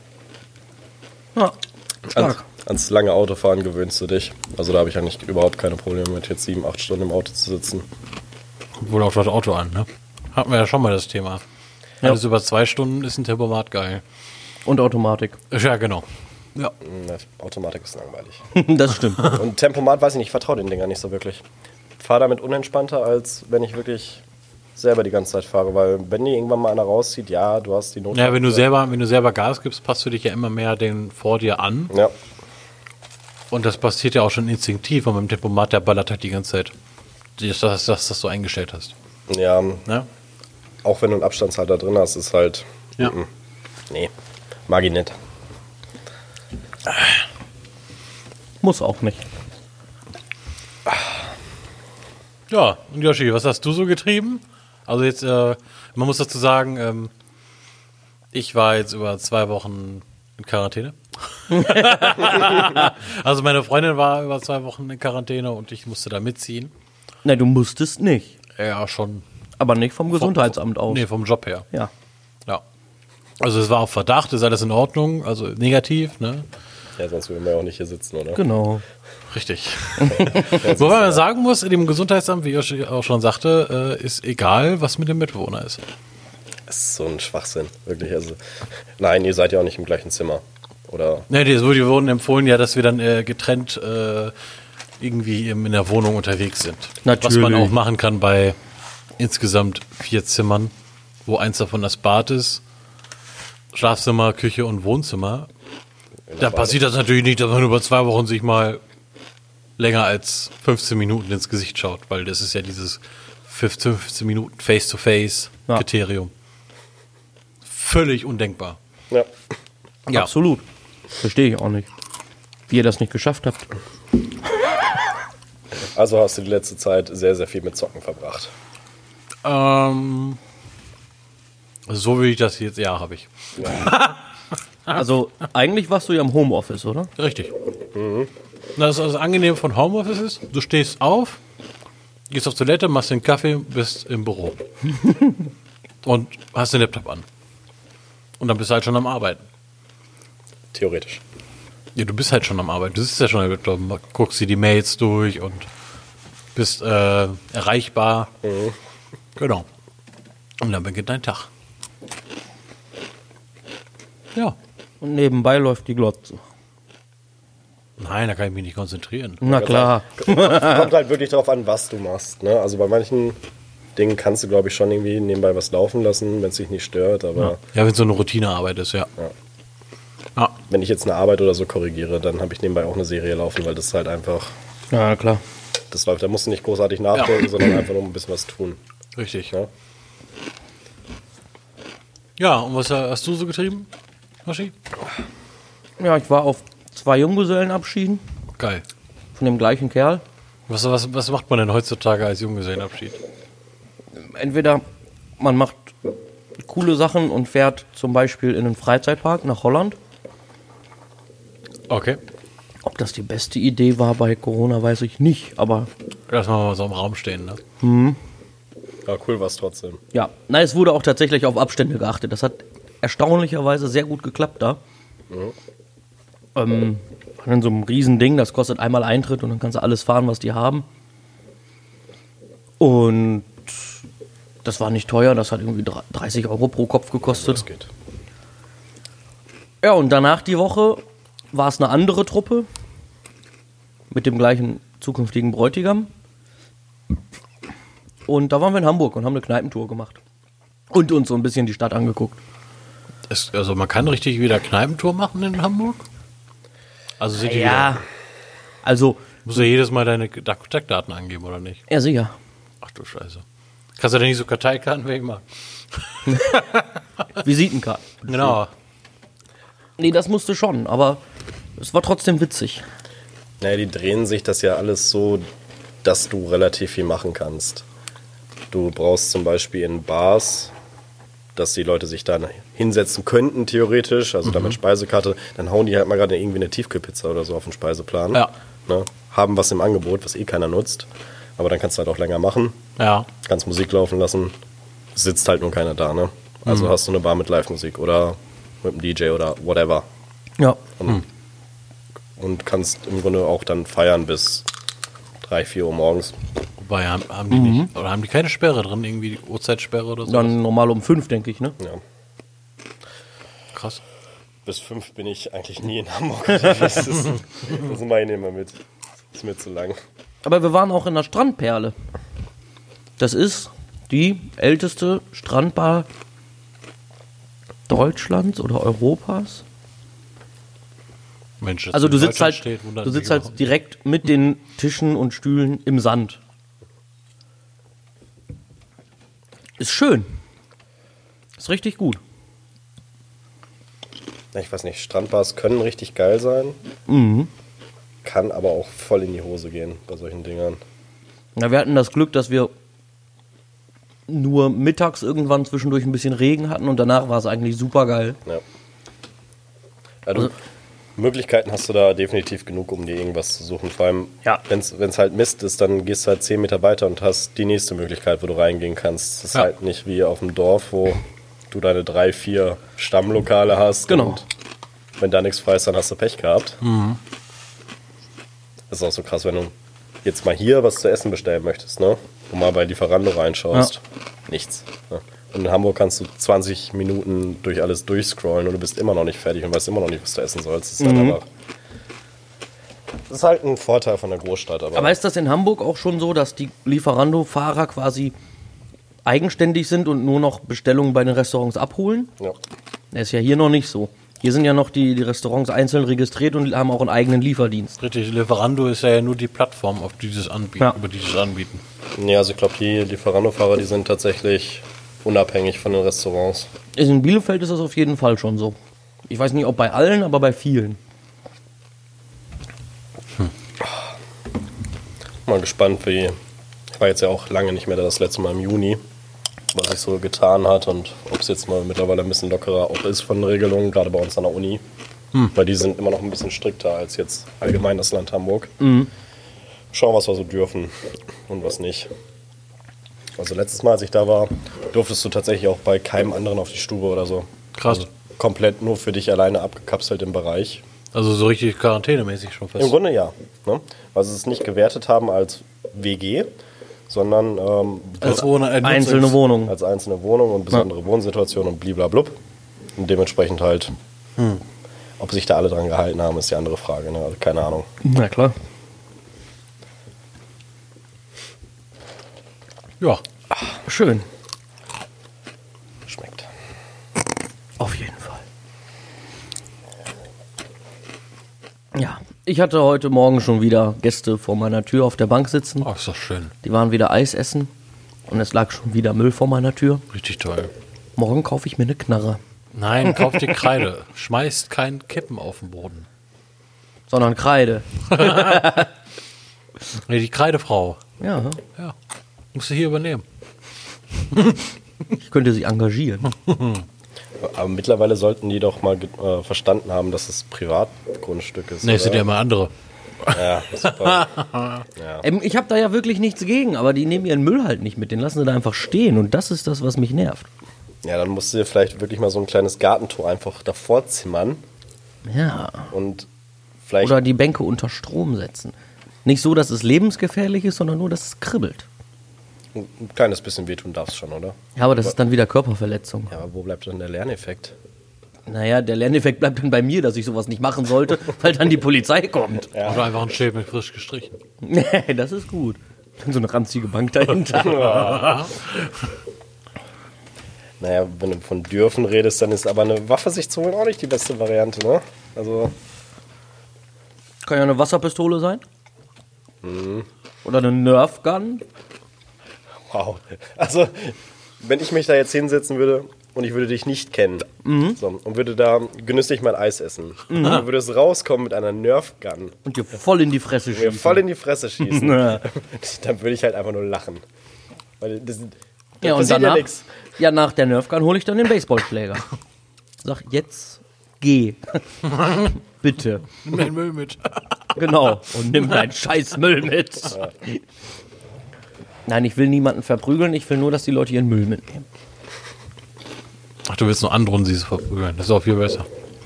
Speaker 1: Ja, stark.
Speaker 2: Ans lange Autofahren gewöhnst du dich. Also da habe ich eigentlich überhaupt keine Probleme mit, jetzt 7, 8 Stunden im Auto zu sitzen.
Speaker 3: Wohl auf das Auto an, ne? Hatten wir ja schon mal das Thema.
Speaker 1: Ja.
Speaker 3: Alles über 2 Stunden ist ein Tempomat geil.
Speaker 1: Und Automatik.
Speaker 3: Ja, genau. Ja.
Speaker 2: Ne, Automatik ist langweilig.
Speaker 1: Das stimmt.
Speaker 2: Und Tempomat, weiß ich nicht, ich vertraue den Dingern nicht so wirklich. Ich fahre damit unentspannter, als wenn ich wirklich selber die ganze Zeit fahre. Weil wenn die irgendwann mal einer rauszieht, ja, du hast die Not.
Speaker 3: Ja, wenn du selber Gas gibst, passt du dich ja immer mehr den vor dir an.
Speaker 2: Ja,
Speaker 3: Und das passiert ja auch schon instinktiv. Und mit dem Tempomat, der ballert halt die ganze Zeit. Dass das so eingestellt hast.
Speaker 2: ja,
Speaker 3: Ne?
Speaker 2: auch wenn du einen Abstandshalter drin hast, ist halt,
Speaker 3: Ja.
Speaker 2: nee, mag ich nicht.
Speaker 1: Muss auch nicht.
Speaker 3: Ja, und Yoshi, was hast du so getrieben? Also jetzt, man muss dazu sagen, ich war jetzt über 2 Wochen in Quarantäne. Also meine Freundin war über 2 Wochen in Quarantäne und ich musste da mitziehen.
Speaker 1: Na, du musstest nicht.
Speaker 3: Ja, schon.
Speaker 1: Aber nicht vom Gesundheitsamt aus.
Speaker 3: Nee, vom Job her.
Speaker 1: Ja.
Speaker 3: Ja. Also es war auf Verdacht, ist alles in Ordnung, also negativ, ne?
Speaker 2: Ja, sonst würden wir ja auch nicht hier sitzen, oder?
Speaker 1: Genau.
Speaker 3: Richtig. Wobei man sagen muss, in dem Gesundheitsamt, wie Yoshi auch schon sagte, ist egal, was mit dem Mitbewohner ist.
Speaker 2: Das ist so ein Schwachsinn, wirklich. Also, nein, ihr seid ja auch nicht im gleichen Zimmer. Oder?
Speaker 3: Ne, die wurden empfohlen, ja, dass wir dann getrennt irgendwie in der Wohnung unterwegs sind.
Speaker 1: Natürlich.
Speaker 3: Was man auch machen kann bei insgesamt 4 Zimmern, wo eins davon das Bad ist, Schlafzimmer, Küche und Wohnzimmer. Da passiert das natürlich nicht, dass man über 2 Wochen sich mal länger als 15 Minuten ins Gesicht schaut, weil das ist ja dieses 15 Minuten Face-to-Face-Kriterium. Völlig undenkbar.
Speaker 2: Ja.
Speaker 3: Ja.
Speaker 1: Absolut. Verstehe ich auch nicht. Wie ihr das nicht geschafft habt.
Speaker 2: Also hast du die letzte Zeit sehr, sehr viel mit Zocken verbracht.
Speaker 3: So will ich das jetzt, ja, habe ich.
Speaker 1: Also, eigentlich warst du ja im Homeoffice, oder?
Speaker 3: Richtig. Das Angenehme von Homeoffice ist, du stehst auf, gehst auf Toilette, machst den Kaffee, bist im Büro. Und hast den Laptop an. Und dann bist du halt schon am Arbeiten.
Speaker 2: Theoretisch.
Speaker 3: Ja, du bist halt schon am Arbeiten. Du sitzt ja schon am Laptop, guckst dir die Mails durch und bist erreichbar. Genau. Und dann beginnt dein Tag. Ja.
Speaker 1: Und nebenbei läuft die Glotze.
Speaker 3: Nein, da kann ich mich nicht konzentrieren.
Speaker 1: Na klar.
Speaker 2: Kommt halt wirklich darauf an, was du machst. Ne? Also bei manchen Dingen kannst du, glaube ich, schon irgendwie nebenbei was laufen lassen, wenn es dich nicht stört. Aber
Speaker 3: Ja, wenn es so eine Routinearbeit ist, ja. Ja.
Speaker 2: wenn ich jetzt eine Arbeit oder so korrigiere, dann habe ich nebenbei auch eine Serie laufen, weil das halt einfach,
Speaker 1: Ja, klar.
Speaker 2: das läuft. Da musst du nicht großartig nachdenken, sondern einfach nur ein bisschen was tun.
Speaker 3: Richtig.
Speaker 2: Ja?
Speaker 3: Ja, und was hast du so getrieben, Hoshi?
Speaker 1: Ja, ich war auf 2 Junggesellenabschieden
Speaker 3: Geil.
Speaker 1: von dem gleichen Kerl.
Speaker 3: Was macht man denn heutzutage als Junggesellenabschied?
Speaker 1: Entweder man macht coole Sachen und fährt zum Beispiel in einen Freizeitpark nach Holland.
Speaker 3: Okay.
Speaker 1: Ob das die beste Idee war bei Corona, weiß ich nicht, aber
Speaker 3: Lass mal so im Raum stehen, ne?
Speaker 2: Ja, cool war es trotzdem.
Speaker 1: ja. Nein, es wurde auch tatsächlich auf Abstände geachtet. Das hat erstaunlicherweise sehr gut geklappt da. In so einem riesen Ding, das kostet einmal Eintritt und dann kannst du alles fahren, was die haben. Und das war nicht teuer, das hat irgendwie 30 Euro pro Kopf gekostet.
Speaker 2: Das geht.
Speaker 1: Ja, und danach die Woche war es eine andere Truppe mit dem gleichen zukünftigen Bräutigam. Und da waren wir in Hamburg und haben eine Kneipentour gemacht. Und uns so ein bisschen die Stadt angeguckt.
Speaker 3: Also man kann richtig wieder Kneipentour machen in Hamburg? Also sind die wieder,
Speaker 1: Ja, also,
Speaker 3: musst du jedes Mal deine Kontaktdaten angeben, oder nicht?
Speaker 1: ja sicher.
Speaker 3: Ach du Scheiße. Kannst du denn nicht so Karteikarten wegmachen?
Speaker 1: Visitenkarten.
Speaker 3: Genau.
Speaker 1: Nee, das musste schon, aber es war trotzdem witzig.
Speaker 2: Naja, die drehen sich das ja alles so, dass du relativ viel machen kannst. Du brauchst zum Beispiel in Bars, dass die Leute sich dann hinsetzen könnten, theoretisch, also damit Speisekarte, dann hauen die halt mal gerade irgendwie eine Tiefkühlpizza oder so auf den Speiseplan.
Speaker 3: Ja.
Speaker 2: Ne? Haben was im Angebot, was eh keiner nutzt. Aber dann kannst du halt auch länger machen,
Speaker 3: Ja.
Speaker 2: kannst Musik laufen lassen, sitzt halt nur keiner da, ne? Also hast du eine Bar mit Live-Musik oder mit einem DJ oder whatever.
Speaker 1: Ja.
Speaker 2: Und kannst im Grunde auch dann feiern bis 3, 4 Uhr morgens.
Speaker 3: Wobei, haben die nicht, oder haben die keine Sperre drin, irgendwie die Uhrzeitsperre oder so?
Speaker 1: Dann normal um 5, denke ich, ne?
Speaker 2: Ja.
Speaker 3: Krass.
Speaker 2: Bis 5 bin ich eigentlich nie in Hamburg. Das mache ich nicht mehr mit. Das ist mir zu lang.
Speaker 1: Aber wir waren auch in der Strandperle. Das ist die älteste Strandbar Deutschlands oder Europas.
Speaker 3: Mensch, das
Speaker 1: Also
Speaker 3: in
Speaker 1: du sitzt
Speaker 3: Deutschland
Speaker 1: halt,
Speaker 3: steht, wundert
Speaker 1: du
Speaker 3: mich
Speaker 1: sitzt halt
Speaker 3: überhaupt
Speaker 1: direkt mit den Tischen und Stühlen im Sand. Ist schön. Ist richtig gut.
Speaker 2: Ich weiß nicht, Strandbars können richtig geil sein. Kann aber auch voll in die Hose gehen bei solchen Dingern.
Speaker 1: Ja, wir hatten das Glück, dass wir nur mittags irgendwann zwischendurch ein bisschen Regen hatten und danach war es eigentlich super geil.
Speaker 2: Ja. Ja, du, Möglichkeiten hast du da definitiv genug, um dir irgendwas zu suchen. Vor allem,
Speaker 1: Ja.
Speaker 2: wenn es halt Mist ist, dann gehst du halt 10 Meter weiter und hast die nächste Möglichkeit, wo du reingehen kannst. Das ist
Speaker 3: Ja.
Speaker 2: halt nicht wie auf dem Dorf, wo du deine 3, 4 Stammlokale hast.
Speaker 1: Genau.
Speaker 2: Und wenn da nichts frei ist, dann hast du Pech gehabt. Das ist auch so krass, wenn du jetzt mal hier was zu essen bestellen möchtest, ne? Und mal bei Lieferando reinschaust. Nichts. Ne? Und in Hamburg kannst du 20 Minuten durch alles durchscrollen und du bist immer noch nicht fertig und weißt immer noch nicht, was du essen sollst. Das ist halt einfach. Das ist halt ein Vorteil von der Großstadt.
Speaker 1: Aber ist das in Hamburg auch schon so, dass die Lieferando-Fahrer quasi eigenständig sind und nur noch Bestellungen bei den Restaurants abholen?
Speaker 2: Ja.
Speaker 1: Das ist ja hier noch nicht so. Hier sind ja noch die Restaurants einzeln registriert und haben auch einen eigenen Lieferdienst.
Speaker 3: Richtig, Lieferando ist ja nur die Plattform, auf die das anbieten,
Speaker 1: Ja.
Speaker 3: über die das anbieten.
Speaker 2: Nee, also ich glaube, die Lieferando-Fahrer, die sind tatsächlich unabhängig von den Restaurants.
Speaker 1: In Bielefeld ist das auf jeden Fall schon so. Ich weiß nicht, ob bei allen, aber bei vielen.
Speaker 2: Mal gespannt, wie. Ich war jetzt ja auch lange nicht mehr da, das letzte Mal im Juni, was sich so getan hat und ob es jetzt mal mittlerweile ein bisschen lockerer auch ist von den Regelungen, gerade bei uns an der Uni. Weil die sind immer noch ein bisschen strikter als jetzt allgemein das Land Hamburg. Schauen, was wir so dürfen und was nicht. Also letztes Mal, als ich da war, durftest du tatsächlich auch bei keinem anderen auf die Stube oder so.
Speaker 3: Krass.
Speaker 2: Also komplett nur für dich alleine abgekapselt im Bereich.
Speaker 3: Also so richtig quarantänemäßig schon fast.
Speaker 2: Im Grunde ja. Ne? Weil sie es nicht gewertet haben als WG, sondern
Speaker 3: Als
Speaker 1: Einzelne Wohnungen.
Speaker 2: als einzelne Wohnung und besondere Wohnsituation und bliblablub. Und dementsprechend halt, ob sich da alle dran gehalten haben, ist die andere Frage. Ne? Also keine Ahnung.
Speaker 1: Na klar.
Speaker 3: Ja,
Speaker 1: Schön.
Speaker 2: Schmeckt.
Speaker 1: Auf jeden Fall. Ja, ich hatte heute Morgen schon wieder Gäste vor meiner Tür auf der Bank sitzen.
Speaker 3: Oh, ist doch schön.
Speaker 1: Die waren wieder Eis essen und es lag schon wieder Müll vor meiner Tür.
Speaker 3: Richtig toll.
Speaker 1: Morgen kaufe ich mir eine Knarre,
Speaker 3: Nein, kauf dir Kreide. Schmeißt kein Kippen auf den Boden.
Speaker 1: sondern Kreide.
Speaker 3: Nee, die Kreidefrau.
Speaker 1: Ja,
Speaker 3: Ja. Musst du hier übernehmen.
Speaker 1: ich könnte sie engagieren.
Speaker 2: Aber mittlerweile sollten die doch mal verstanden haben, dass es Privatgrundstück ist.
Speaker 3: Nee, es sind ja
Speaker 2: oder?
Speaker 3: immer andere.
Speaker 2: Ja, super.
Speaker 1: Ich habe da ja wirklich nichts gegen, aber die nehmen ihren Müll halt nicht mit. Den lassen sie da einfach stehen und das ist das, was mich nervt.
Speaker 2: Ja, dann musst du dir vielleicht wirklich mal so ein kleines Gartentor einfach davor zimmern
Speaker 1: Ja.
Speaker 2: und vielleicht...
Speaker 1: Oder die Bänke unter Strom setzen. Nicht so, dass es lebensgefährlich ist, sondern nur, dass es kribbelt.
Speaker 2: ein kleines bisschen wehtun darfst schon, oder?
Speaker 1: Ja, aber das ist dann wieder Körperverletzung.
Speaker 2: Ja, aber wo bleibt dann der Lerneffekt?
Speaker 1: Naja, der Lerneffekt bleibt dann bei mir, dass ich sowas nicht machen sollte, weil dann die Polizei kommt.
Speaker 3: Oder einfach ein Schild mit frisch gestrichen.
Speaker 1: Nee, das ist gut. Dann so eine ranzige Bank dahinter.
Speaker 2: Naja, wenn du von dürfen redest, dann ist aber eine Waffe sich zu holen auch nicht die beste Variante, ne? Also,
Speaker 1: Kann ja eine Wasserpistole sein. Oder eine Nerf-Gun.
Speaker 2: wow. Also, wenn ich mich da jetzt hinsetzen würde und ich würde dich nicht kennen so, und würde da genüsslich mein Eis essen, dann würde es rauskommen mit einer Nerf-Gun
Speaker 1: Und dir voll in die Fresse
Speaker 2: mir
Speaker 1: schießen.
Speaker 2: voll in die Fresse schießen,
Speaker 1: Ja.
Speaker 2: dann würde ich halt einfach nur lachen. Weil das
Speaker 1: Ja, und
Speaker 2: passiert
Speaker 1: danach,
Speaker 2: ja nichts.
Speaker 1: ja, nach der Nerf-Gun hole ich dann den Baseballschläger. Sag, jetzt geh. Bitte.
Speaker 3: Nimm den Müll mit.
Speaker 1: Genau. Und nimm deinen scheiß Müll mit. Nein, ich will niemanden verprügeln, ich will nur, dass die Leute ihren Müll mitnehmen.
Speaker 3: Ach, du willst nur andere und sie verprügeln. Das ist auch viel besser.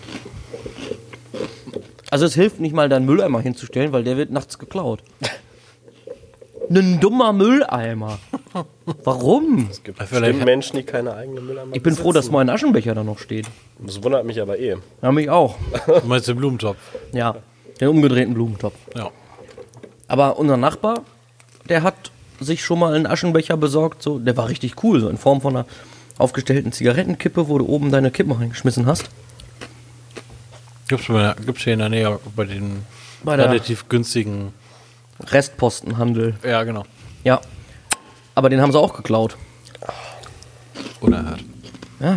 Speaker 1: Also es hilft nicht mal, deinen Mülleimer hinzustellen, weil der wird nachts geklaut. Ein dummer Mülleimer. Warum?
Speaker 2: Es gibt
Speaker 3: Vielleicht-
Speaker 2: bestimmt Menschen, die keine eigenen Mülleimer
Speaker 1: Ich bin froh, dass
Speaker 2: besitzen.
Speaker 1: mein Aschenbecher da noch steht.
Speaker 2: Das wundert mich aber eh.
Speaker 1: Ja, mich auch.
Speaker 3: Du meinst den Blumentopf?
Speaker 1: Ja, den umgedrehten Blumentopf.
Speaker 3: Ja.
Speaker 1: Aber unser Nachbar, der hat sich schon mal einen Aschenbecher besorgt. So, der war richtig cool, so in Form von einer aufgestellten Zigarettenkippe, wo du oben deine Kippen reingeschmissen hast.
Speaker 3: Gibt's hier in der Nähe bei den
Speaker 1: Bei der
Speaker 3: relativ günstigen.
Speaker 1: Restpostenhandel.
Speaker 3: Ja, genau.
Speaker 1: Ja. Aber den haben sie auch geklaut.
Speaker 3: Unerhört.
Speaker 1: Ja.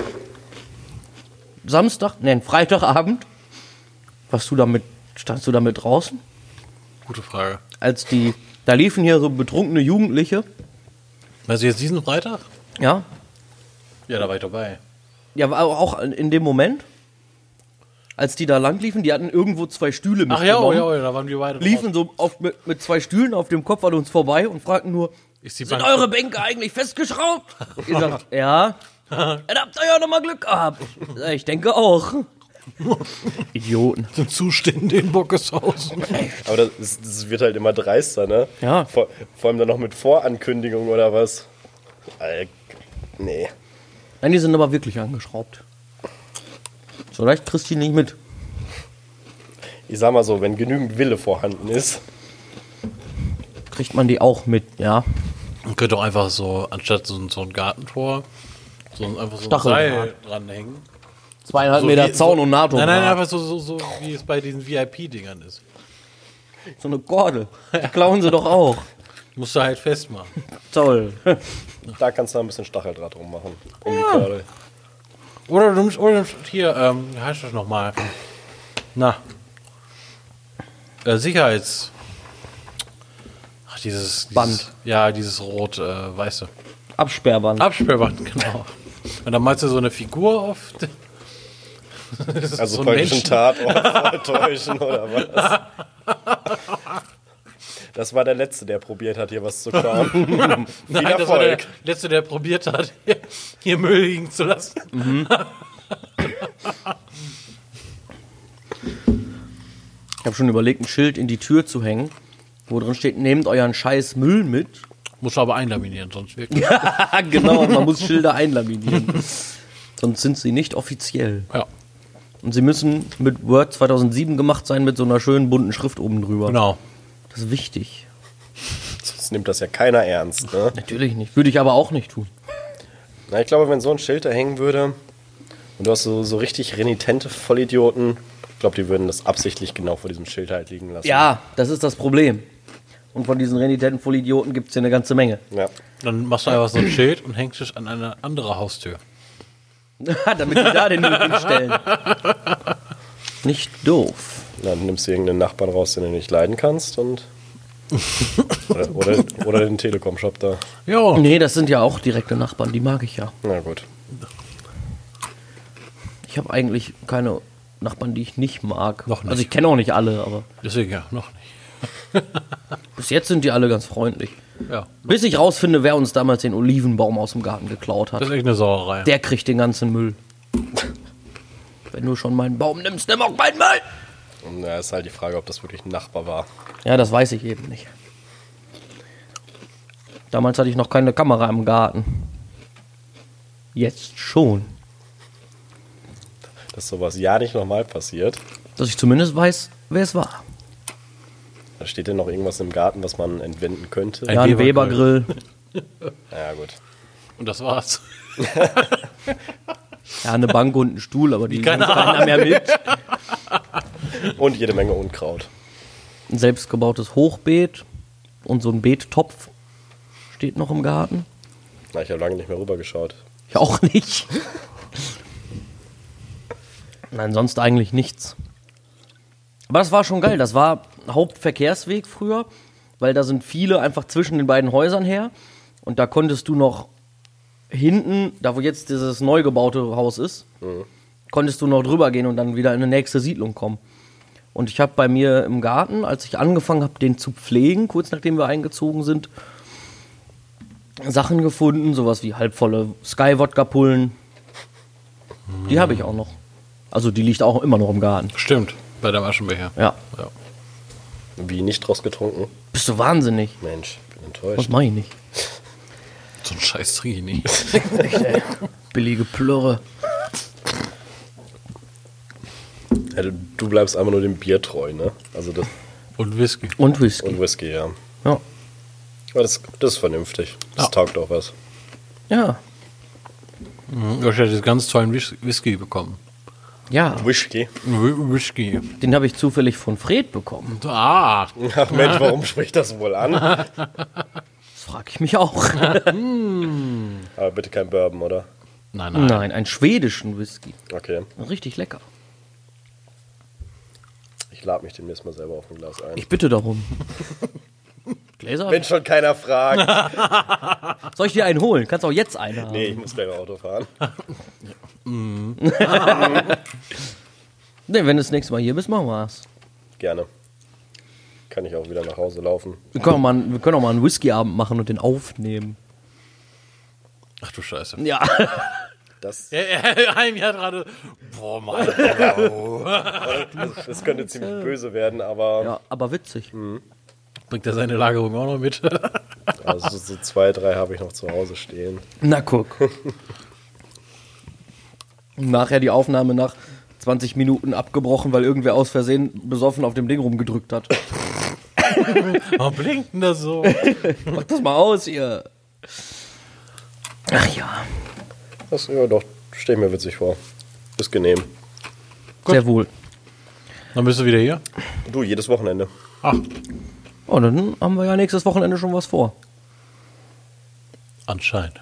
Speaker 1: Freitagabend. Standst du damit draußen?
Speaker 3: Gute Frage.
Speaker 1: Da liefen hier so betrunkene Jugendliche.
Speaker 3: Weißt du jetzt diesen Freitag?
Speaker 1: Ja.
Speaker 3: Ja, da war ich dabei.
Speaker 1: Ja, war auch in dem Moment, als die da lang liefen, die hatten irgendwo 2 Stühle
Speaker 3: Ach ja,
Speaker 1: mitgenommen.
Speaker 3: da waren wir beide
Speaker 1: Liefen so mit 2 Stühlen auf dem Kopf an uns vorbei und fragten nur,
Speaker 3: Ist die
Speaker 1: sind
Speaker 3: Bank-
Speaker 1: eure Bänke eigentlich festgeschraubt? Ihr sagt, ja. Dann habt ihr ja nochmal Glück gehabt. Ja, ich denke auch. Idioten.
Speaker 3: Sind Zustände in Bockeshausen.
Speaker 2: Aber das wird halt immer dreister, ne?
Speaker 1: Ja.
Speaker 2: Vor allem dann noch mit Vorankündigung oder was? Nee.
Speaker 1: Nein, die sind aber wirklich angeschraubt. So leicht kriegst du die nicht mit.
Speaker 2: Ich sag mal so, wenn genügend Wille vorhanden ist.
Speaker 1: Kriegt man die auch mit, ja.
Speaker 3: Man könnte auch einfach so, anstatt so ein Gartentor, einfach so ein
Speaker 1: Stacheldraht.
Speaker 3: Seil dranhängen.
Speaker 1: 2,5
Speaker 3: So
Speaker 1: Meter
Speaker 3: wie-
Speaker 1: Zaun
Speaker 3: so,
Speaker 1: und NATO.
Speaker 3: Nein, einfach so wie es bei diesen VIP-Dingern ist.
Speaker 1: So eine Gordel. Die klauen sie doch auch.
Speaker 3: Musst du halt festmachen.
Speaker 1: Toll.
Speaker 2: Da kannst du ein bisschen Stacheldraht drum machen. Um die Kordel.
Speaker 3: Oder du nimmst hier, wie heißt das nochmal? Na. Sicherheits. Ach, dieses
Speaker 1: Band.
Speaker 3: Ja, dieses rot-weiße.
Speaker 1: Absperrband.
Speaker 3: Absperrband, genau. Und dann malst du so eine Figur auf.
Speaker 2: Also
Speaker 3: so ein
Speaker 2: praktisch ein
Speaker 3: Menschen.
Speaker 2: Tatort vortäuschen oder was? Das war der Letzte, der probiert hat, hier was zu klauen. Viel
Speaker 3: Nein, das war der
Speaker 2: Erfolg.
Speaker 3: Letzte, der probiert hat, hier Müll liegen zu lassen.
Speaker 1: Ich habe schon überlegt, ein Schild in die Tür zu hängen, wo drin steht, nehmt euren scheiß Müll mit.
Speaker 3: Musst du aber einlaminieren, sonst wirklich.
Speaker 1: Genau, man muss Schilder einlaminieren. Sonst sind sie nicht offiziell.
Speaker 3: Ja,
Speaker 1: Und sie müssen mit Word 2007 gemacht sein, mit so einer schönen bunten Schrift oben drüber.
Speaker 3: genau.
Speaker 1: Das ist wichtig.
Speaker 2: Sonst nimmt das ja keiner ernst. Ne?
Speaker 1: Natürlich nicht. Würde ich aber auch nicht tun.
Speaker 2: Na, ich glaube, wenn so ein Schild da hängen würde und du hast so richtig renitente Vollidioten, glaube, die würden das absichtlich genau vor diesem Schild halt liegen lassen.
Speaker 1: Ja, das ist das Problem. Und von diesen renitenten Vollidioten gibt es hier eine ganze Menge.
Speaker 2: Ja.
Speaker 3: Dann machst du einfach so ein Schild und hängst dich an eine andere Haustür.
Speaker 1: Damit die da den Müll hinstellen. Nicht doof.
Speaker 2: Dann nimmst du irgendeinen Nachbarn raus, den du nicht leiden kannst und oder den Telekom-Shop da.
Speaker 3: Ja.
Speaker 1: Nee, das sind ja auch direkte Nachbarn, die mag ich ja.
Speaker 2: Na gut.
Speaker 1: Ich habe eigentlich keine Nachbarn, die ich nicht mag.
Speaker 3: Noch nicht.
Speaker 1: Also ich kenne auch nicht alle, aber
Speaker 3: Deswegen ja, noch nicht.
Speaker 1: bis jetzt sind die alle ganz freundlich.
Speaker 3: Ja.
Speaker 1: Bis ich rausfinde, wer uns damals den Olivenbaum aus dem Garten geklaut hat.
Speaker 3: Das ist echt eine Sauerei.
Speaker 1: Der kriegt den ganzen Müll. Wenn du schon meinen Baum nimmst, nimm auch meinen Müll!
Speaker 2: Und da ist halt die Frage, ob das wirklich ein Nachbar war.
Speaker 1: Ja, das weiß ich eben nicht. Damals hatte ich noch keine Kamera im Garten. Jetzt schon.
Speaker 2: Dass sowas ja nicht nochmal passiert.
Speaker 1: Dass ich zumindest weiß, wer es war.
Speaker 2: Da steht denn noch irgendwas im Garten, was man entwenden könnte.
Speaker 3: Ein
Speaker 1: Ja, ein
Speaker 3: Webergrill.
Speaker 1: Webergrill.
Speaker 2: Ja, gut.
Speaker 3: Und das war's.
Speaker 1: Ja, eine Bank und ein Stuhl, aber die
Speaker 3: Keine
Speaker 1: nimmt keiner mehr mit.
Speaker 2: Und jede Menge Unkraut.
Speaker 1: Ein selbstgebautes Hochbeet und so ein Beettopf steht noch im Garten.
Speaker 2: Na, ich habe lange nicht mehr rübergeschaut.
Speaker 1: Ich auch nicht. Nein, sonst eigentlich nichts. Aber das war schon geil. Das war Hauptverkehrsweg früher, weil da sind viele einfach zwischen den beiden Häusern her. Und da konntest du noch hinten, da wo jetzt dieses neu gebaute Haus ist, konntest du noch drüber gehen und dann wieder in eine nächste Siedlung kommen. Und ich habe bei mir im Garten, als ich angefangen habe, den zu pflegen, kurz nachdem wir eingezogen sind, Sachen gefunden, sowas wie halbvolle Sky-Wodka-Pullen. Die habe ich auch noch. Also die liegt auch immer noch im Garten.
Speaker 3: Stimmt, bei der Aschenbecher.
Speaker 1: Ja.
Speaker 3: Ja.
Speaker 2: Wie nicht draus getrunken?
Speaker 1: Bist du wahnsinnig?
Speaker 2: Mensch, bin
Speaker 1: Was
Speaker 2: enttäuscht.
Speaker 1: mach ich nicht?
Speaker 3: So ein Scheiß trinke ich nicht.
Speaker 1: Echt, ey. Billige Plörre.
Speaker 2: Ja, du bleibst einfach nur dem Bier treu, ne? Also das
Speaker 3: Und Whisky.
Speaker 1: Und Whisky.
Speaker 2: und Whisky, ja.
Speaker 1: Ja.
Speaker 2: Aber das ist vernünftig. Das
Speaker 3: Ja.
Speaker 2: taugt auch was.
Speaker 1: Ja.
Speaker 3: Ich hätte jetzt ganz tollen Whisky bekommen.
Speaker 1: Ja.
Speaker 2: Whisky?
Speaker 3: Whisky.
Speaker 1: Den habe ich zufällig von Fred bekommen.
Speaker 3: Ah,
Speaker 2: Ach Mensch, warum spricht das wohl an?
Speaker 1: Das frage ich mich auch.
Speaker 2: Aber bitte kein Bourbon, oder?
Speaker 3: nein.
Speaker 1: Nein, einen schwedischen Whisky.
Speaker 2: Okay.
Speaker 1: Richtig lecker.
Speaker 2: Ich lade mich demnächst mal selber auf ein Glas ein.
Speaker 1: Ich bitte darum. Gläser?
Speaker 2: Wenn schon keiner fragt.
Speaker 1: Soll ich dir einen holen? Kannst auch jetzt einen haben.
Speaker 2: Nee, ich muss gleich mal Auto fahren.
Speaker 1: Nee, wenn du das nächste Mal hier bist, machen wir es.
Speaker 2: Gerne. Kann ich auch wieder nach Hause laufen.
Speaker 1: Wir können auch mal einen Whisky-Abend machen und den aufnehmen.
Speaker 3: Ach du Scheiße.
Speaker 1: Ja.
Speaker 2: Das,
Speaker 3: Ein Jahr gerade. Boah, Mann.
Speaker 2: das könnte ziemlich böse werden, aber
Speaker 1: Ja, aber witzig.
Speaker 3: Bringt er seine Lagerung auch noch mit?
Speaker 2: also so 2, 3 habe ich noch zu Hause stehen.
Speaker 1: Na guck. Und nachher die Aufnahme nach 20 Minuten abgebrochen, weil irgendwer aus Versehen besoffen auf dem Ding rumgedrückt hat.
Speaker 3: Warum blinkt denn das so?
Speaker 1: Mach das mal aus, ihr. Ach ja,
Speaker 2: Das, ja doch, stell mir witzig vor. Ist genehm.
Speaker 1: sehr wohl.
Speaker 3: Dann bist du wieder hier?
Speaker 2: Du, jedes Wochenende.
Speaker 3: Ach,
Speaker 1: Oh, dann haben wir ja nächstes Wochenende schon was vor.
Speaker 3: anscheinend.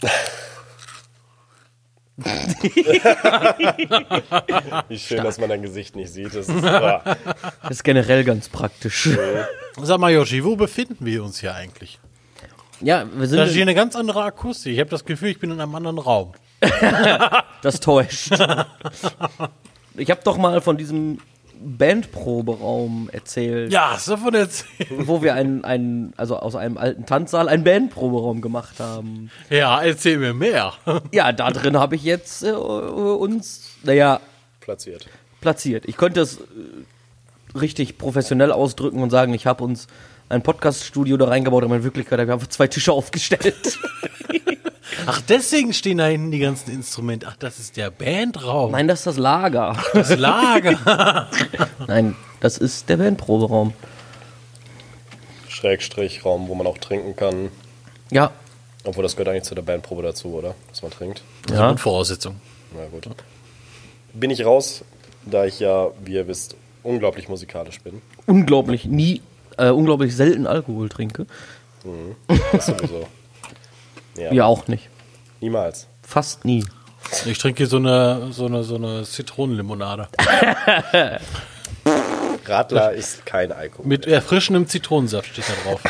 Speaker 2: Wie schön, dass man dein Gesicht nicht sieht. Das ist, ah,
Speaker 1: Das ist generell ganz praktisch.
Speaker 3: Sag mal, Yoshi, wo befinden wir uns hier eigentlich?
Speaker 1: Ja, wir
Speaker 3: Das ist hier
Speaker 1: sind.
Speaker 3: eine ganz andere Akustik. Ich habe das Gefühl, ich bin in einem anderen Raum.
Speaker 1: Das täuscht. Ich habe doch mal von diesem Bandproberaum erzählt,
Speaker 3: Ja, hast du davon erzählt?
Speaker 1: wo wir also aus einem alten Tanzsaal einen Bandproberaum gemacht haben.
Speaker 3: Ja, erzähl mir mehr.
Speaker 1: Ja, da drin habe ich jetzt uns,
Speaker 2: platziert.
Speaker 1: platziert. Ich könnte es richtig professionell ausdrücken und sagen, ich habe uns ein Podcast-Studio da reingebaut, aber in Wirklichkeit habe ich einfach 2 Tische aufgestellt.
Speaker 3: Ach, deswegen stehen da hinten die ganzen Instrumente. Ach, das ist der Bandraum.
Speaker 1: Nein, das ist das Lager.
Speaker 3: Das Lager.
Speaker 1: Nein, das ist der Bandproberaum.
Speaker 2: Schrägstrich, Raum, wo man auch trinken kann.
Speaker 1: Ja,
Speaker 2: Obwohl, das gehört eigentlich zu der Bandprobe dazu, oder? Dass man trinkt.
Speaker 3: Ja. Grundvoraussetzung.
Speaker 2: Na gut. Bin ich raus. da ich ja, wie ihr wisst, unglaublich musikalisch bin.
Speaker 1: Unglaublich selten Alkohol trinke.
Speaker 2: Das sowieso. Ja,
Speaker 1: Wir auch nicht.
Speaker 2: niemals.
Speaker 1: Fast nie.
Speaker 3: Ich trinke hier so eine Zitronenlimonade.
Speaker 2: Radler ist kein Alkohol.
Speaker 3: Mit erfrischendem Zitronensaft steht da drauf.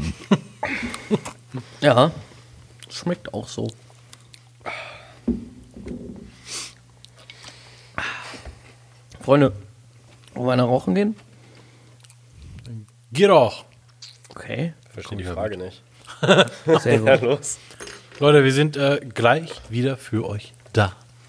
Speaker 1: Ja. Schmeckt auch so. Freunde, wollen wir einer rauchen gehen?
Speaker 3: Geh doch!
Speaker 1: Okay.
Speaker 2: Verstehe die Frage nicht.
Speaker 1: Sehr
Speaker 2: Ja,
Speaker 1: gut.
Speaker 2: los.
Speaker 3: Leute, wir sind gleich wieder für euch da.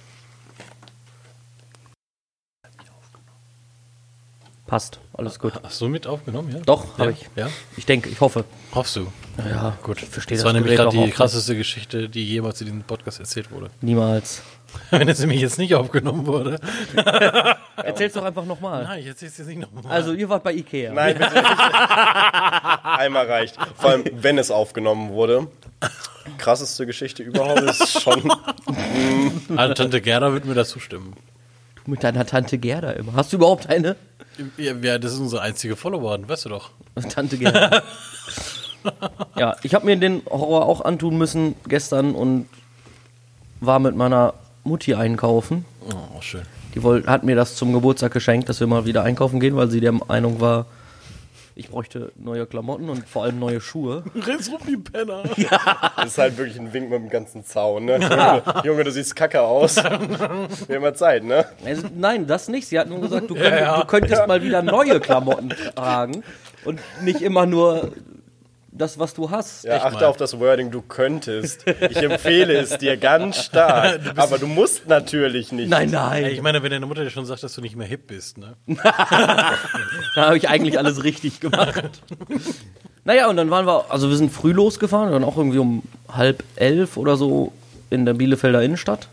Speaker 1: Passt. Alles gut.
Speaker 3: Hast du mit aufgenommen, ja?
Speaker 1: Doch,
Speaker 3: ja?
Speaker 1: habe ich.
Speaker 3: Ja?
Speaker 1: Ich denke, ich hoffe.
Speaker 3: Hoffst du?
Speaker 1: Ja,
Speaker 3: Gut.
Speaker 1: Ich verstehe
Speaker 3: Das
Speaker 1: das
Speaker 3: war nämlich
Speaker 1: Gerät
Speaker 3: gerade
Speaker 1: auch
Speaker 3: die
Speaker 1: auch nicht.
Speaker 3: krasseste Geschichte, die jemals in diesem Podcast erzählt wurde.
Speaker 1: Niemals.
Speaker 3: Wenn es nämlich jetzt nicht aufgenommen wurde.
Speaker 1: Erzähl's doch einfach nochmal.
Speaker 3: Nein, ich erzähl's jetzt nicht nochmal.
Speaker 1: Also, ihr wart bei Ikea.
Speaker 2: Nein, bitte nicht. Einmal reicht. Vor allem, wenn es aufgenommen wurde. Krasseste Geschichte überhaupt ist schon.
Speaker 3: Also, Tante Gerda wird mir da zustimmen.
Speaker 1: Du mit deiner Tante Gerda immer. Hast du überhaupt eine?
Speaker 3: Ja, das ist unsere einzige Followerin, weißt du doch.
Speaker 1: Tante Gerda. Ja, ich habe mir den Horror auch antun müssen gestern und war mit meiner Mutti einkaufen.
Speaker 3: Oh, schön.
Speaker 1: Die hat mir das zum Geburtstag geschenkt, dass wir mal wieder einkaufen gehen, weil sie der Meinung war, ich bräuchte neue Klamotten und vor allem neue Schuhe.
Speaker 3: Rennst rum wie Penner.
Speaker 2: Das ist halt wirklich ein Wink mit dem ganzen Zaun, ne? Junge, du siehst kacke aus. Wir haben mal Zeit, ne?
Speaker 1: Also, nein, das nicht. Sie hat nur gesagt, du könntest mal wieder neue Klamotten tragen und nicht immer nur das, was du hast.
Speaker 2: Ja, achte auf das Wording, du könntest. Ich empfehle es dir ganz stark. Aber du musst natürlich nicht.
Speaker 1: Nein,
Speaker 3: Ja,
Speaker 1: nein.
Speaker 3: ich meine, wenn deine Mutter dir schon sagt, dass du nicht mehr hip bist, ne?
Speaker 1: Da habe ich eigentlich alles richtig gemacht. Naja, und dann wir sind früh losgefahren, dann auch irgendwie um 10:30 oder so in der Bielefelder Innenstadt.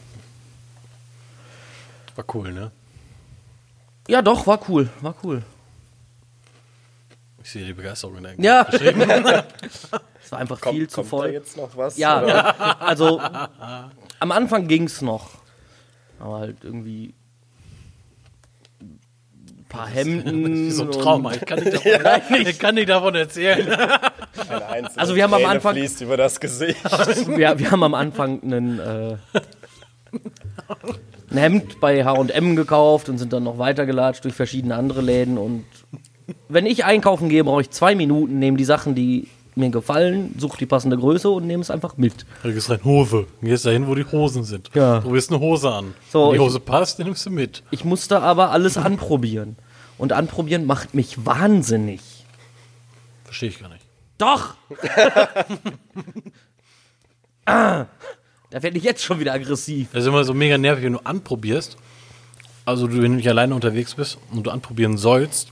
Speaker 3: War cool, ne?
Speaker 1: Ja, doch, war cool.
Speaker 3: Ich sehe die Begeisterung in deinem
Speaker 1: Ja.
Speaker 3: Beschrieben.
Speaker 1: Es war einfach viel zu
Speaker 2: Kommt da
Speaker 1: voll.
Speaker 2: jetzt noch was?
Speaker 1: Ja,
Speaker 2: Oder?
Speaker 1: also am Anfang ging's noch. Aber halt irgendwie ein paar Hemden.
Speaker 3: So ein
Speaker 1: und-
Speaker 3: Trauma. Ich kann nicht davon erzählen.
Speaker 2: Eine einzelne
Speaker 1: Also wir haben am
Speaker 2: Träne
Speaker 1: Anfang-
Speaker 2: fließt über das Gesicht.
Speaker 1: Wir haben am Anfang ein Hemd bei H&M gekauft und sind dann noch weitergelatscht durch verschiedene andere Läden. Und wenn ich einkaufen gehe, brauche ich 2 Minuten, nehme die Sachen, die mir gefallen, suche die passende Größe und nehme es einfach mit.
Speaker 3: Du gehst rein, Hose. Du gehst dahin, wo die Hosen sind.
Speaker 1: Ja.
Speaker 3: Du willst eine Hose an.
Speaker 1: So,
Speaker 3: Wenn die
Speaker 1: ich-
Speaker 3: Hose passt, dann nimmst du mit.
Speaker 1: Ich musste aber alles anprobieren. Und anprobieren macht mich wahnsinnig.
Speaker 3: Verstehe ich gar nicht.
Speaker 1: Doch! Da werde ich jetzt schon wieder aggressiv.
Speaker 3: Das ist immer so mega nervig, wenn du anprobierst. Also, wenn du nicht alleine unterwegs bist und du anprobieren sollst.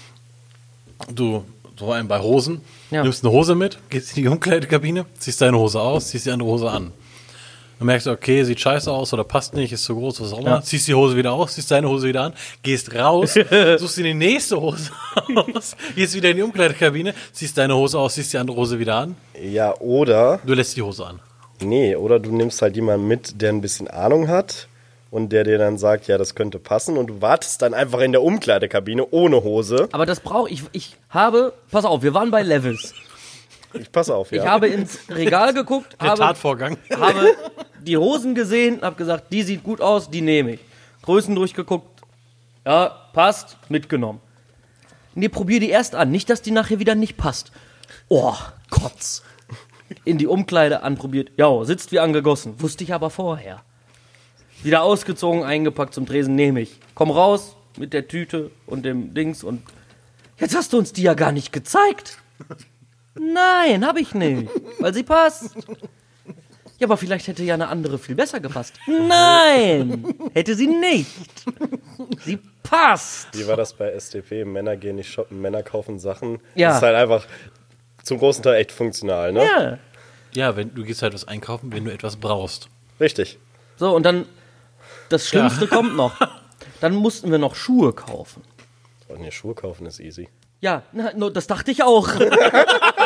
Speaker 3: So einen bei Hosen.
Speaker 1: Ja.
Speaker 3: Nimmst eine Hose mit, gehst in die Umkleidekabine, ziehst deine Hose aus, ziehst die andere Hose an. Dann merkst du, okay, sieht scheiße aus oder passt nicht, ist zu groß, was auch immer.
Speaker 1: Ja.
Speaker 3: Ziehst die Hose wieder aus, ziehst deine Hose wieder an, gehst raus, suchst dir die nächste Hose aus, gehst wieder in die Umkleidekabine, ziehst deine Hose aus, ziehst die andere Hose wieder an.
Speaker 2: Ja, oder,
Speaker 3: Du lässt die Hose an.
Speaker 2: nee, oder du nimmst halt jemanden mit, der ein bisschen Ahnung hat und der dir dann sagt, ja, das könnte passen und du wartest dann einfach in der Umkleidekabine ohne Hose.
Speaker 1: Aber das brauche ich. Pass auf, wir waren bei Levis.
Speaker 2: Ich pass auf, ja.
Speaker 1: Ich habe ins Regal geguckt,
Speaker 3: Der
Speaker 1: habe
Speaker 3: Tatvorgang.
Speaker 1: die Hosen gesehen, habe gesagt, die sieht gut aus, die nehme ich. Größen durchgeguckt, ja, passt, mitgenommen. Nee, probier die erst an, nicht, dass die nachher wieder nicht passt. Oh, Kotz. In die Umkleide anprobiert, ja, sitzt wie angegossen. Wusste ich aber vorher. Wieder ausgezogen, eingepackt zum Tresen, nehme ich. Komm raus mit der Tüte und dem Dings und jetzt hast du uns die ja gar nicht gezeigt. Nein, hab ich nicht, weil sie passt. Ja, aber vielleicht hätte ja eine andere viel besser gepasst. Nein, hätte sie nicht. Sie passt.
Speaker 2: Wie war das bei SDP? Männer gehen nicht shoppen, Männer kaufen Sachen.
Speaker 1: Ja.
Speaker 2: Das ist halt einfach zum großen Teil echt funktional, ne?
Speaker 1: Ja.
Speaker 3: Ja, du gehst halt was einkaufen, wenn du etwas brauchst.
Speaker 2: Richtig.
Speaker 1: So, und dann, das Schlimmste kommt noch. Dann mussten wir noch Schuhe kaufen.
Speaker 2: Und nee, Schuhe kaufen ist easy.
Speaker 1: Ja, das dachte ich auch.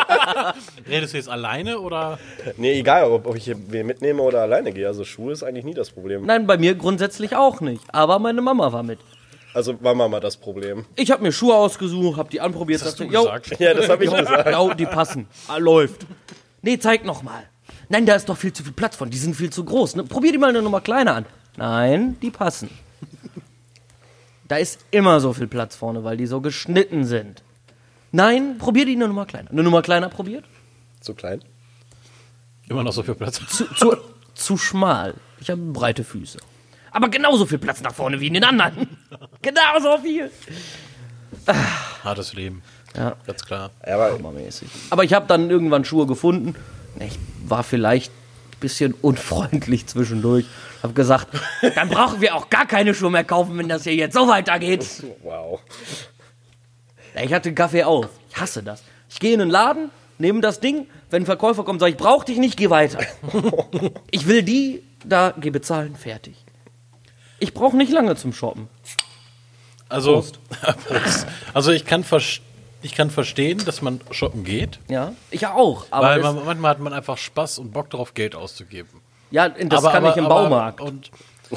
Speaker 3: Redest du jetzt alleine oder?
Speaker 2: Nee, egal, ob ich hier wen mitnehme oder alleine gehe. Also Schuhe ist eigentlich nie das Problem.
Speaker 1: Nein, bei mir grundsätzlich auch nicht. Aber meine Mama war mit.
Speaker 2: Also war Mama das Problem.
Speaker 1: Ich habe mir Schuhe ausgesucht, habe die anprobiert.
Speaker 3: Das hast du
Speaker 1: Jo,
Speaker 3: gesagt.
Speaker 2: Ja, das habe ich gesagt.
Speaker 1: jo, die passen. Läuft. Nee, zeig noch mal. Nein, da ist doch viel zu viel Platz von. Die sind viel zu groß. Ne? Probier die mal eine Nummer kleiner an. Nein, die passen. Da ist immer so viel Platz vorne, weil die so geschnitten sind. Nein, probier die eine Nummer kleiner. Eine Nummer kleiner probiert?
Speaker 2: Zu klein?
Speaker 3: Immer noch so viel Platz.
Speaker 1: Zu schmal. Ich habe breite Füße. Aber genauso viel Platz nach vorne wie in den anderen. Genauso viel.
Speaker 3: Hartes Leben.
Speaker 1: Ja.
Speaker 3: Ganz klar.
Speaker 2: Ja, aber
Speaker 1: Hammermäßig. Aber ich habe dann irgendwann Schuhe gefunden. Ich war vielleicht ein bisschen unfreundlich zwischendurch. Habe gesagt, dann brauchen wir auch gar keine Schuhe mehr kaufen, wenn das hier jetzt so weitergeht.
Speaker 2: wow.
Speaker 1: Ja, ich hatte einen Kaffee auf. Ich hasse das. Ich gehe in den Laden, nehme das Ding. Wenn ein Verkäufer kommt, sage ich, brauch dich nicht, geh weiter. Ich will die, da, geh bezahlen, fertig. Ich brauche nicht lange zum Shoppen.
Speaker 3: Also,
Speaker 1: Prost.
Speaker 3: Prost. Also ich kann verstehen, dass man shoppen geht.
Speaker 1: Ja, ich auch. Aber
Speaker 3: Weil manchmal hat man einfach Spaß und Bock darauf, Geld auszugeben.
Speaker 1: ja, das kann ich im Baumarkt.
Speaker 3: Und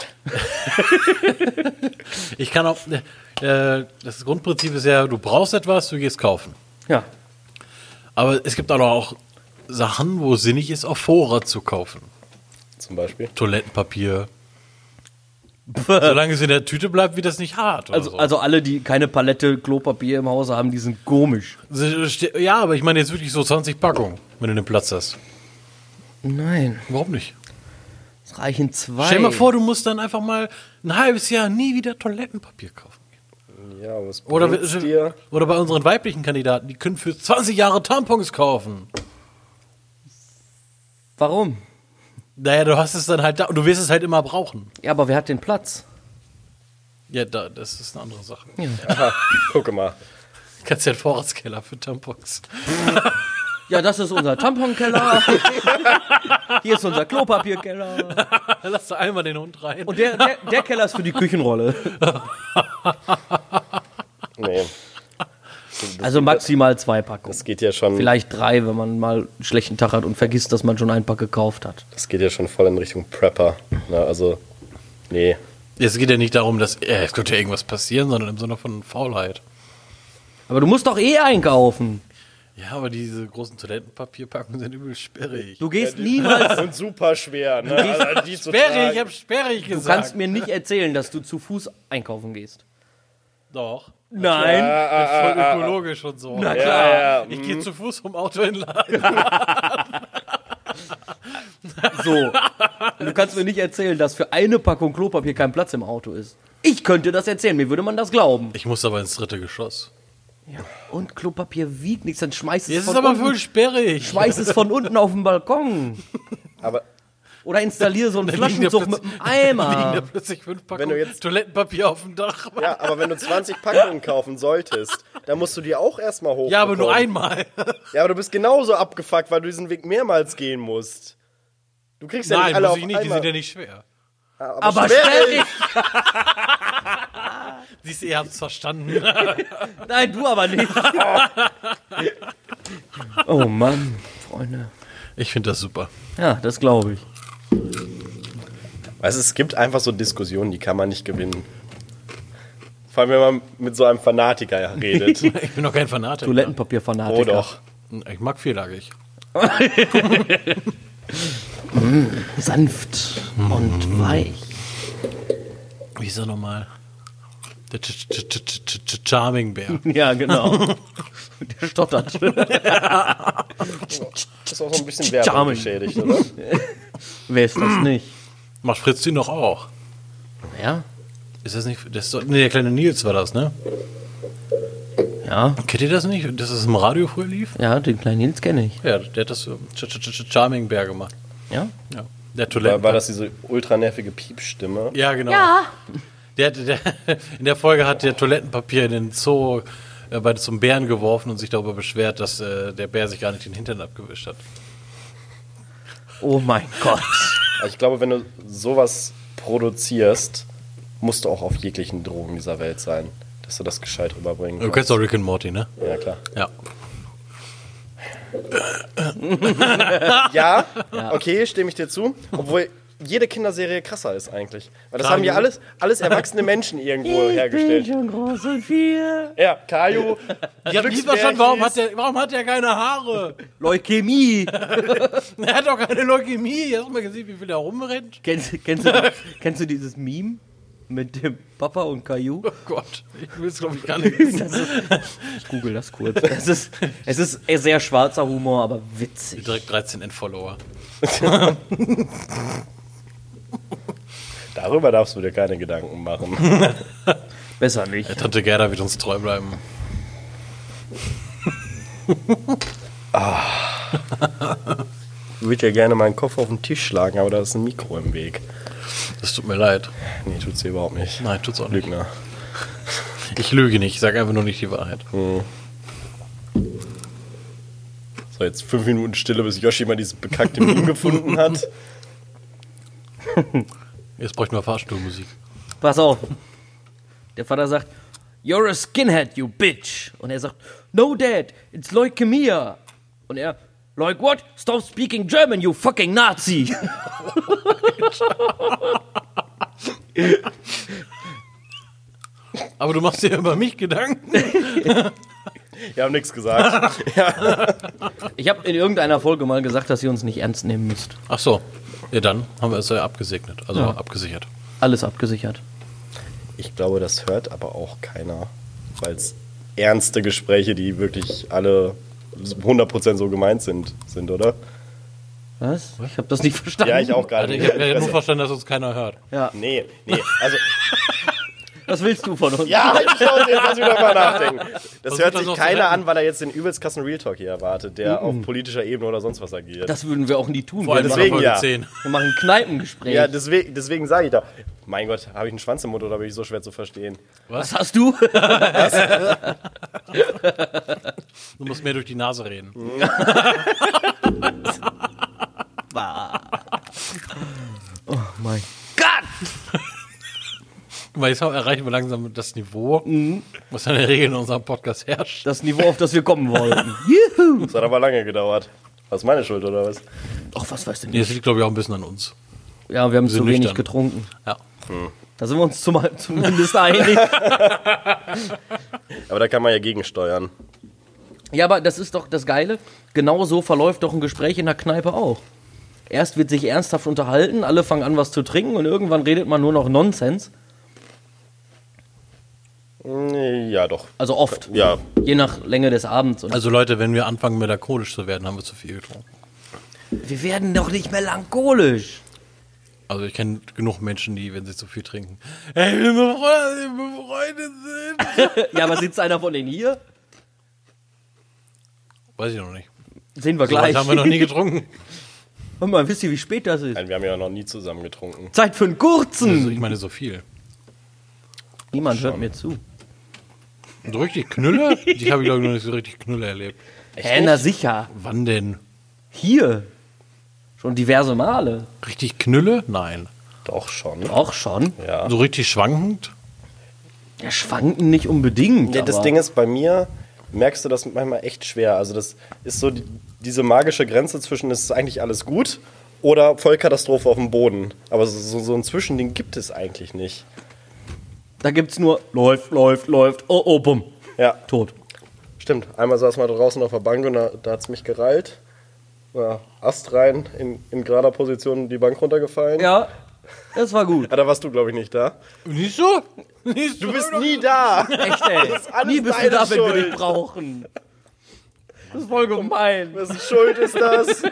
Speaker 3: ich kann auch, das Grundprinzip ist ja, du brauchst etwas, du gehst kaufen.
Speaker 1: Ja.
Speaker 3: Aber es gibt auch Sachen, wo es sinnig ist, auf Vorrat zu kaufen.
Speaker 2: Zum Beispiel.
Speaker 3: Toilettenpapier. Solange es in der Tüte bleibt, wird das nicht hart. Oder so.
Speaker 1: Also alle, die keine Palette Klopapier im Hause haben, die sind komisch.
Speaker 3: Ja, aber ich meine jetzt wirklich so 20 Packungen, wenn du den Platz hast.
Speaker 1: Nein,
Speaker 3: Warum nicht?
Speaker 1: es reichen 2.
Speaker 3: Stell dir mal vor, du musst dann einfach mal ein halbes Jahr nie wieder Toilettenpapier kaufen.
Speaker 2: Ja, was
Speaker 3: Oder,
Speaker 2: bringt's dir?
Speaker 3: oder bei unseren weiblichen Kandidaten, die können für 20 Jahre Tampons kaufen.
Speaker 1: Warum?
Speaker 3: Naja, du hast es dann halt da und du wirst es halt immer brauchen.
Speaker 1: Ja, aber wer hat den Platz?
Speaker 3: Ja, das ist eine andere Sache.
Speaker 2: Aha, gucke mal.
Speaker 3: Du kannst ja einen Vorratskeller für Tampons.
Speaker 1: Ja, das ist unser Tamponkeller. Hier ist unser Klopapierkeller.
Speaker 3: Lass da einmal den Hund rein.
Speaker 1: Und der Keller ist für die Küchenrolle.
Speaker 2: Nee.
Speaker 1: Also maximal 2 Packungen.
Speaker 2: Das geht ja schon.
Speaker 1: Vielleicht 3, wenn man mal einen schlechten Tag hat und vergisst, dass man schon ein Pack gekauft hat.
Speaker 2: Das geht ja schon voll in Richtung Prepper. Na, also, nee.
Speaker 3: Es geht ja nicht darum, dass es könnte ja irgendwas passieren, sondern im Sinne von Faulheit.
Speaker 1: Aber du musst doch eh einkaufen.
Speaker 3: Ja, aber diese großen Toilettenpapierpackungen sind übel sperrig.
Speaker 1: Du gehst niemals.
Speaker 2: Und super schwer, ne? Also, die zu
Speaker 3: Sperrig,
Speaker 2: tragen.
Speaker 3: ich hab sperrig
Speaker 1: Du
Speaker 3: gesagt.
Speaker 1: kannst mir nicht erzählen, dass du zu Fuß einkaufen gehst.
Speaker 3: Doch.
Speaker 1: Nein.
Speaker 3: Voll ökologisch und so.
Speaker 1: Na
Speaker 2: Ja,
Speaker 1: klar.
Speaker 2: ja.
Speaker 3: Ich gehe zu Fuß vom Auto in den Laden.
Speaker 1: So. Du kannst mir nicht erzählen, dass für eine Packung Klopapier kein Platz im Auto ist. Ich könnte das erzählen, mir würde man das glauben.
Speaker 3: Ich muss aber ins 3. Geschoss.
Speaker 1: Ja. Und Klopapier wiegt nichts, dann schmeiß es
Speaker 3: Es
Speaker 1: von
Speaker 3: ist aber
Speaker 1: unten.
Speaker 3: voll sperrig.
Speaker 1: Schmeiß es von unten auf den Balkon.
Speaker 2: Aber
Speaker 1: Oder installier so einen
Speaker 3: Dann liegen
Speaker 1: Flaschenzug
Speaker 3: da
Speaker 1: mit einem
Speaker 3: liegen da
Speaker 1: Eimer.
Speaker 3: plötzlich 5
Speaker 2: Wenn
Speaker 3: Packungen
Speaker 2: du jetzt-
Speaker 3: Toilettenpapier auf dem Dach.
Speaker 2: ja, aber wenn du 20 Packungen kaufen solltest, dann musst du die auch erstmal hoch.
Speaker 3: Ja, aber nur einmal.
Speaker 2: Ja, aber du bist genauso abgefuckt, weil du diesen Weg mehrmals gehen musst. Du kriegst ja nicht
Speaker 3: Nein,
Speaker 2: alle
Speaker 3: muss
Speaker 2: auf
Speaker 3: ich nicht, die
Speaker 2: einmal.
Speaker 3: sind ja nicht schwer.
Speaker 1: Aber
Speaker 2: sperrig.
Speaker 1: sperrig.
Speaker 3: Siehst du, ihr habt's verstanden.
Speaker 1: Nein, du aber nicht. Oh Mann, Freunde.
Speaker 3: Ich finde das super.
Speaker 1: Ja, das glaube ich.
Speaker 2: Weißt du, es gibt einfach so Diskussionen, die kann man nicht gewinnen. Vor allem, wenn man mit so einem Fanatiker redet.
Speaker 3: Ich bin doch kein Fanatiker.
Speaker 1: Toilettenpapierfanatiker.
Speaker 2: Oh doch.
Speaker 3: Ich mag vierlagig.
Speaker 1: Sanft und weich.
Speaker 3: Wie ist er nochmal? Der Charming Bär.
Speaker 1: Ja, genau. Der stottert.
Speaker 2: Das ist auch so ein bisschen Werbung
Speaker 1: Charming.
Speaker 2: geschädigt, oder?
Speaker 1: Wer ist das nicht?
Speaker 3: Macht Fritz die noch auch?
Speaker 1: Ja?
Speaker 3: Ist das nicht. Das ist doch, nee, der kleine Nils war das, ne?
Speaker 1: Ja.
Speaker 3: Kennt ihr das nicht? Dass es im Radio früher lief?
Speaker 1: Ja, den kleinen Nils kenne ich.
Speaker 3: Ja, der hat das Charming Bär gemacht.
Speaker 1: Ja?
Speaker 3: Ja. Der Toiletten.
Speaker 2: War das diese ultra nervige Piepstimme?
Speaker 3: Ja, genau. Ja. In der Folge hat der Toilettenpapier in den Zoo zum Bären geworfen und sich darüber beschwert, dass der Bär sich gar nicht den Hintern abgewischt hat.
Speaker 1: Oh mein Gott.
Speaker 2: Also ich glaube, wenn du sowas produzierst, musst du auch auf jeglichen Drogen dieser Welt sein, dass du das gescheit rüberbringen
Speaker 3: Du
Speaker 2: kannst.
Speaker 3: kennst doch Rick and Morty, ne?
Speaker 2: Ja, klar.
Speaker 3: Ja.
Speaker 2: Ja, okay, stimme ich dir zu. Obwohl jede Kinderserie krasser ist eigentlich. Weil das haben ja alles erwachsene Menschen irgendwo hergestellt.
Speaker 1: schon groß und viel.
Speaker 2: Ja, Caillou.
Speaker 3: Ich hab nie verstanden, warum hat der keine Haare?
Speaker 1: Leukämie.
Speaker 3: Er hat doch keine Leukämie. Hast du mal gesehen, wie viel er rumrennt?
Speaker 1: Kennst du dieses Meme mit dem Papa und Caillou?
Speaker 3: Oh Gott, ich will es, glaube ich, gar nicht wissen.
Speaker 1: Ich google das kurz. Es ist sehr schwarzer Humor, aber witzig.
Speaker 3: Direkt 13 Endfollower.
Speaker 2: Darüber darfst du dir keine Gedanken machen.
Speaker 1: Besser nicht.
Speaker 3: Der Tante Gerda wird uns treu bleiben.
Speaker 2: Ich würde ja gerne meinen Kopf auf den Tisch schlagen, aber da ist ein Mikro im Weg.
Speaker 3: Das tut mir leid.
Speaker 2: Nee, tut's dir überhaupt nicht.
Speaker 3: Nein, tut's auch nicht.
Speaker 2: Lügner.
Speaker 3: Ich lüge nicht, ich sage einfach nur nicht die Wahrheit.
Speaker 2: So, jetzt 5 Minuten Stille, bis Yoshi mal dieses bekackte Meme gefunden hat.
Speaker 3: Jetzt bräuchten wir Fahrstuhlmusik.
Speaker 1: Pass auf. Der Vater sagt, "You're a skinhead, you bitch." Und er sagt, "No, Dad, it's leukemia." Und er, "Like what? Stop speaking German, you fucking Nazi."
Speaker 3: Aber du machst dir über mich Gedanken?
Speaker 2: Wir haben nichts gesagt.
Speaker 1: Ich habe in irgendeiner Folge mal gesagt, dass ihr uns nicht ernst nehmen müsst.
Speaker 3: Ach so. Ja, dann haben wir es ja abgesegnet, also
Speaker 1: Ja.
Speaker 3: abgesichert.
Speaker 1: Alles abgesichert.
Speaker 2: Ich glaube, das hört aber auch keiner. Weil es ernste Gespräche, die wirklich alle 100% so gemeint sind, oder?
Speaker 1: Was? Ich habe das nicht verstanden.
Speaker 2: Ja, ich auch gar
Speaker 3: Also
Speaker 2: nicht.
Speaker 3: ich habe ja nur verstanden, dass uns keiner hört.
Speaker 1: Ja.
Speaker 2: Nee, also,
Speaker 1: Was willst du von uns?
Speaker 2: ja, halt die Schnauze, jetzt lass mich doch mal nachdenken. Das
Speaker 3: Versuch
Speaker 2: hört
Speaker 3: das
Speaker 2: sich
Speaker 3: noch zu
Speaker 2: keiner
Speaker 3: retten.
Speaker 2: an, weil er jetzt den übelst krassen Real Talk hier erwartet, der auf politischer Ebene oder sonst was agiert.
Speaker 1: Das würden wir auch nie tun.
Speaker 3: Vor allem
Speaker 1: Wir
Speaker 3: nach
Speaker 2: deswegen
Speaker 3: Folge
Speaker 2: ja.
Speaker 3: 10.
Speaker 1: machen ein Kneipengespräch.
Speaker 2: Ja, deswegen sage ich doch. Mein Gott, habe ich einen Schwanz im Mund oder bin ich so schwer zu verstehen?
Speaker 1: Was hast du?
Speaker 3: Du musst mehr durch die Nase reden.
Speaker 1: Oh mein Gott!
Speaker 3: Weil jetzt erreichen wir langsam das Niveau, was in der Regel in unserem Podcast herrscht.
Speaker 1: Das Niveau, auf das wir kommen wollten. Juhu!
Speaker 2: Das hat aber lange gedauert. Was ist meine Schuld oder was?
Speaker 1: Ach, was weißt du
Speaker 3: Nee, das
Speaker 1: nicht?
Speaker 3: liegt, glaube ich, auch ein bisschen an uns.
Speaker 1: Ja, wir haben
Speaker 3: sind
Speaker 1: zu wenig
Speaker 3: nüchtern.
Speaker 1: getrunken.
Speaker 3: Ja.
Speaker 1: Da sind wir uns zumindest einig.
Speaker 2: Aber da kann man ja gegensteuern.
Speaker 1: Ja, aber das ist doch das Geile. Genau so verläuft doch ein Gespräch in der Kneipe auch. Erst wird sich ernsthaft unterhalten, alle fangen an, was zu trinken und irgendwann redet man nur noch Nonsens.
Speaker 2: Ja, doch.
Speaker 1: Also oft.
Speaker 2: Ja,
Speaker 1: Je nach Länge des Abends. Und
Speaker 3: Also Leute, wenn wir anfangen melancholisch zu werden, haben wir zu viel getrunken.
Speaker 1: wir werden doch nicht melancholisch.
Speaker 3: Also ich kenne genug Menschen, die, wenn sie zu viel trinken, hey, wir sind befreundet sind.
Speaker 1: Ja, aber sitzt einer von denen hier?
Speaker 3: Weiß ich noch nicht.
Speaker 1: Sehen wir
Speaker 3: So weit
Speaker 1: gleich.
Speaker 3: haben wir noch nie getrunken.
Speaker 1: Hör mal, wisst ihr, wie spät das ist?
Speaker 2: nein, wir haben ja noch nie zusammen getrunken.
Speaker 1: Zeit für einen kurzen.
Speaker 3: Also ich meine so viel.
Speaker 1: Niemand hört mir zu.
Speaker 3: So richtig Knülle? Die habe ich, glaube ich, noch nicht so richtig Knülle erlebt.
Speaker 1: Hä, na sicher.
Speaker 3: Wann denn?
Speaker 1: Hier. Schon diverse Male.
Speaker 3: Richtig Knülle? Nein.
Speaker 2: Doch schon.
Speaker 1: Auch schon.
Speaker 2: Ja.
Speaker 3: So richtig schwankend?
Speaker 1: Ja, schwanken nicht unbedingt.
Speaker 2: Ja, das
Speaker 1: aber
Speaker 2: Ding ist, bei mir merkst du das manchmal echt schwer. Also das ist so diese magische Grenze zwischen, ist eigentlich alles gut oder Vollkatastrophe auf dem Boden. Aber so ein Zwischending gibt es eigentlich nicht.
Speaker 1: da gibt's nur läuft, oh, bumm.
Speaker 2: Ja,
Speaker 1: Tot.
Speaker 2: stimmt. Einmal saß mal draußen auf der Bank und da hat es mich gereilt. Ja, Ast rein, in gerader Position die Bank runtergefallen.
Speaker 1: Ja, das war gut.
Speaker 2: Ja, da warst du, glaube ich, nicht da.
Speaker 3: Nicht so? Nicht so?
Speaker 2: Du bist nie da.
Speaker 1: Echt, ey.
Speaker 2: alles
Speaker 1: Nie bist du
Speaker 2: deine
Speaker 1: da, wenn wir
Speaker 2: Schuld.
Speaker 1: dich brauchen. Das ist voll gemein.
Speaker 2: Wessen Schuld ist das?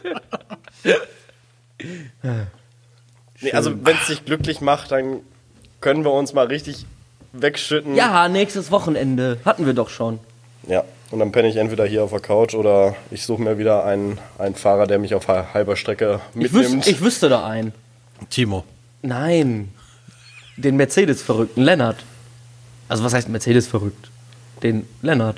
Speaker 2: Nee, also, wenn es dich glücklich macht, dann können wir uns mal richtig wegschütten.
Speaker 1: Ja, nächstes Wochenende. Hatten wir doch schon.
Speaker 2: Ja, und dann penne ich entweder hier auf der Couch oder ich suche mir wieder einen Fahrer, der mich auf halber Strecke mitnimmt.
Speaker 1: Ich wüsste da einen.
Speaker 3: Timo.
Speaker 1: Nein. Den Mercedes-Verrückten, Lennart. Also was heißt Mercedes-Verrückt? Den Lennart.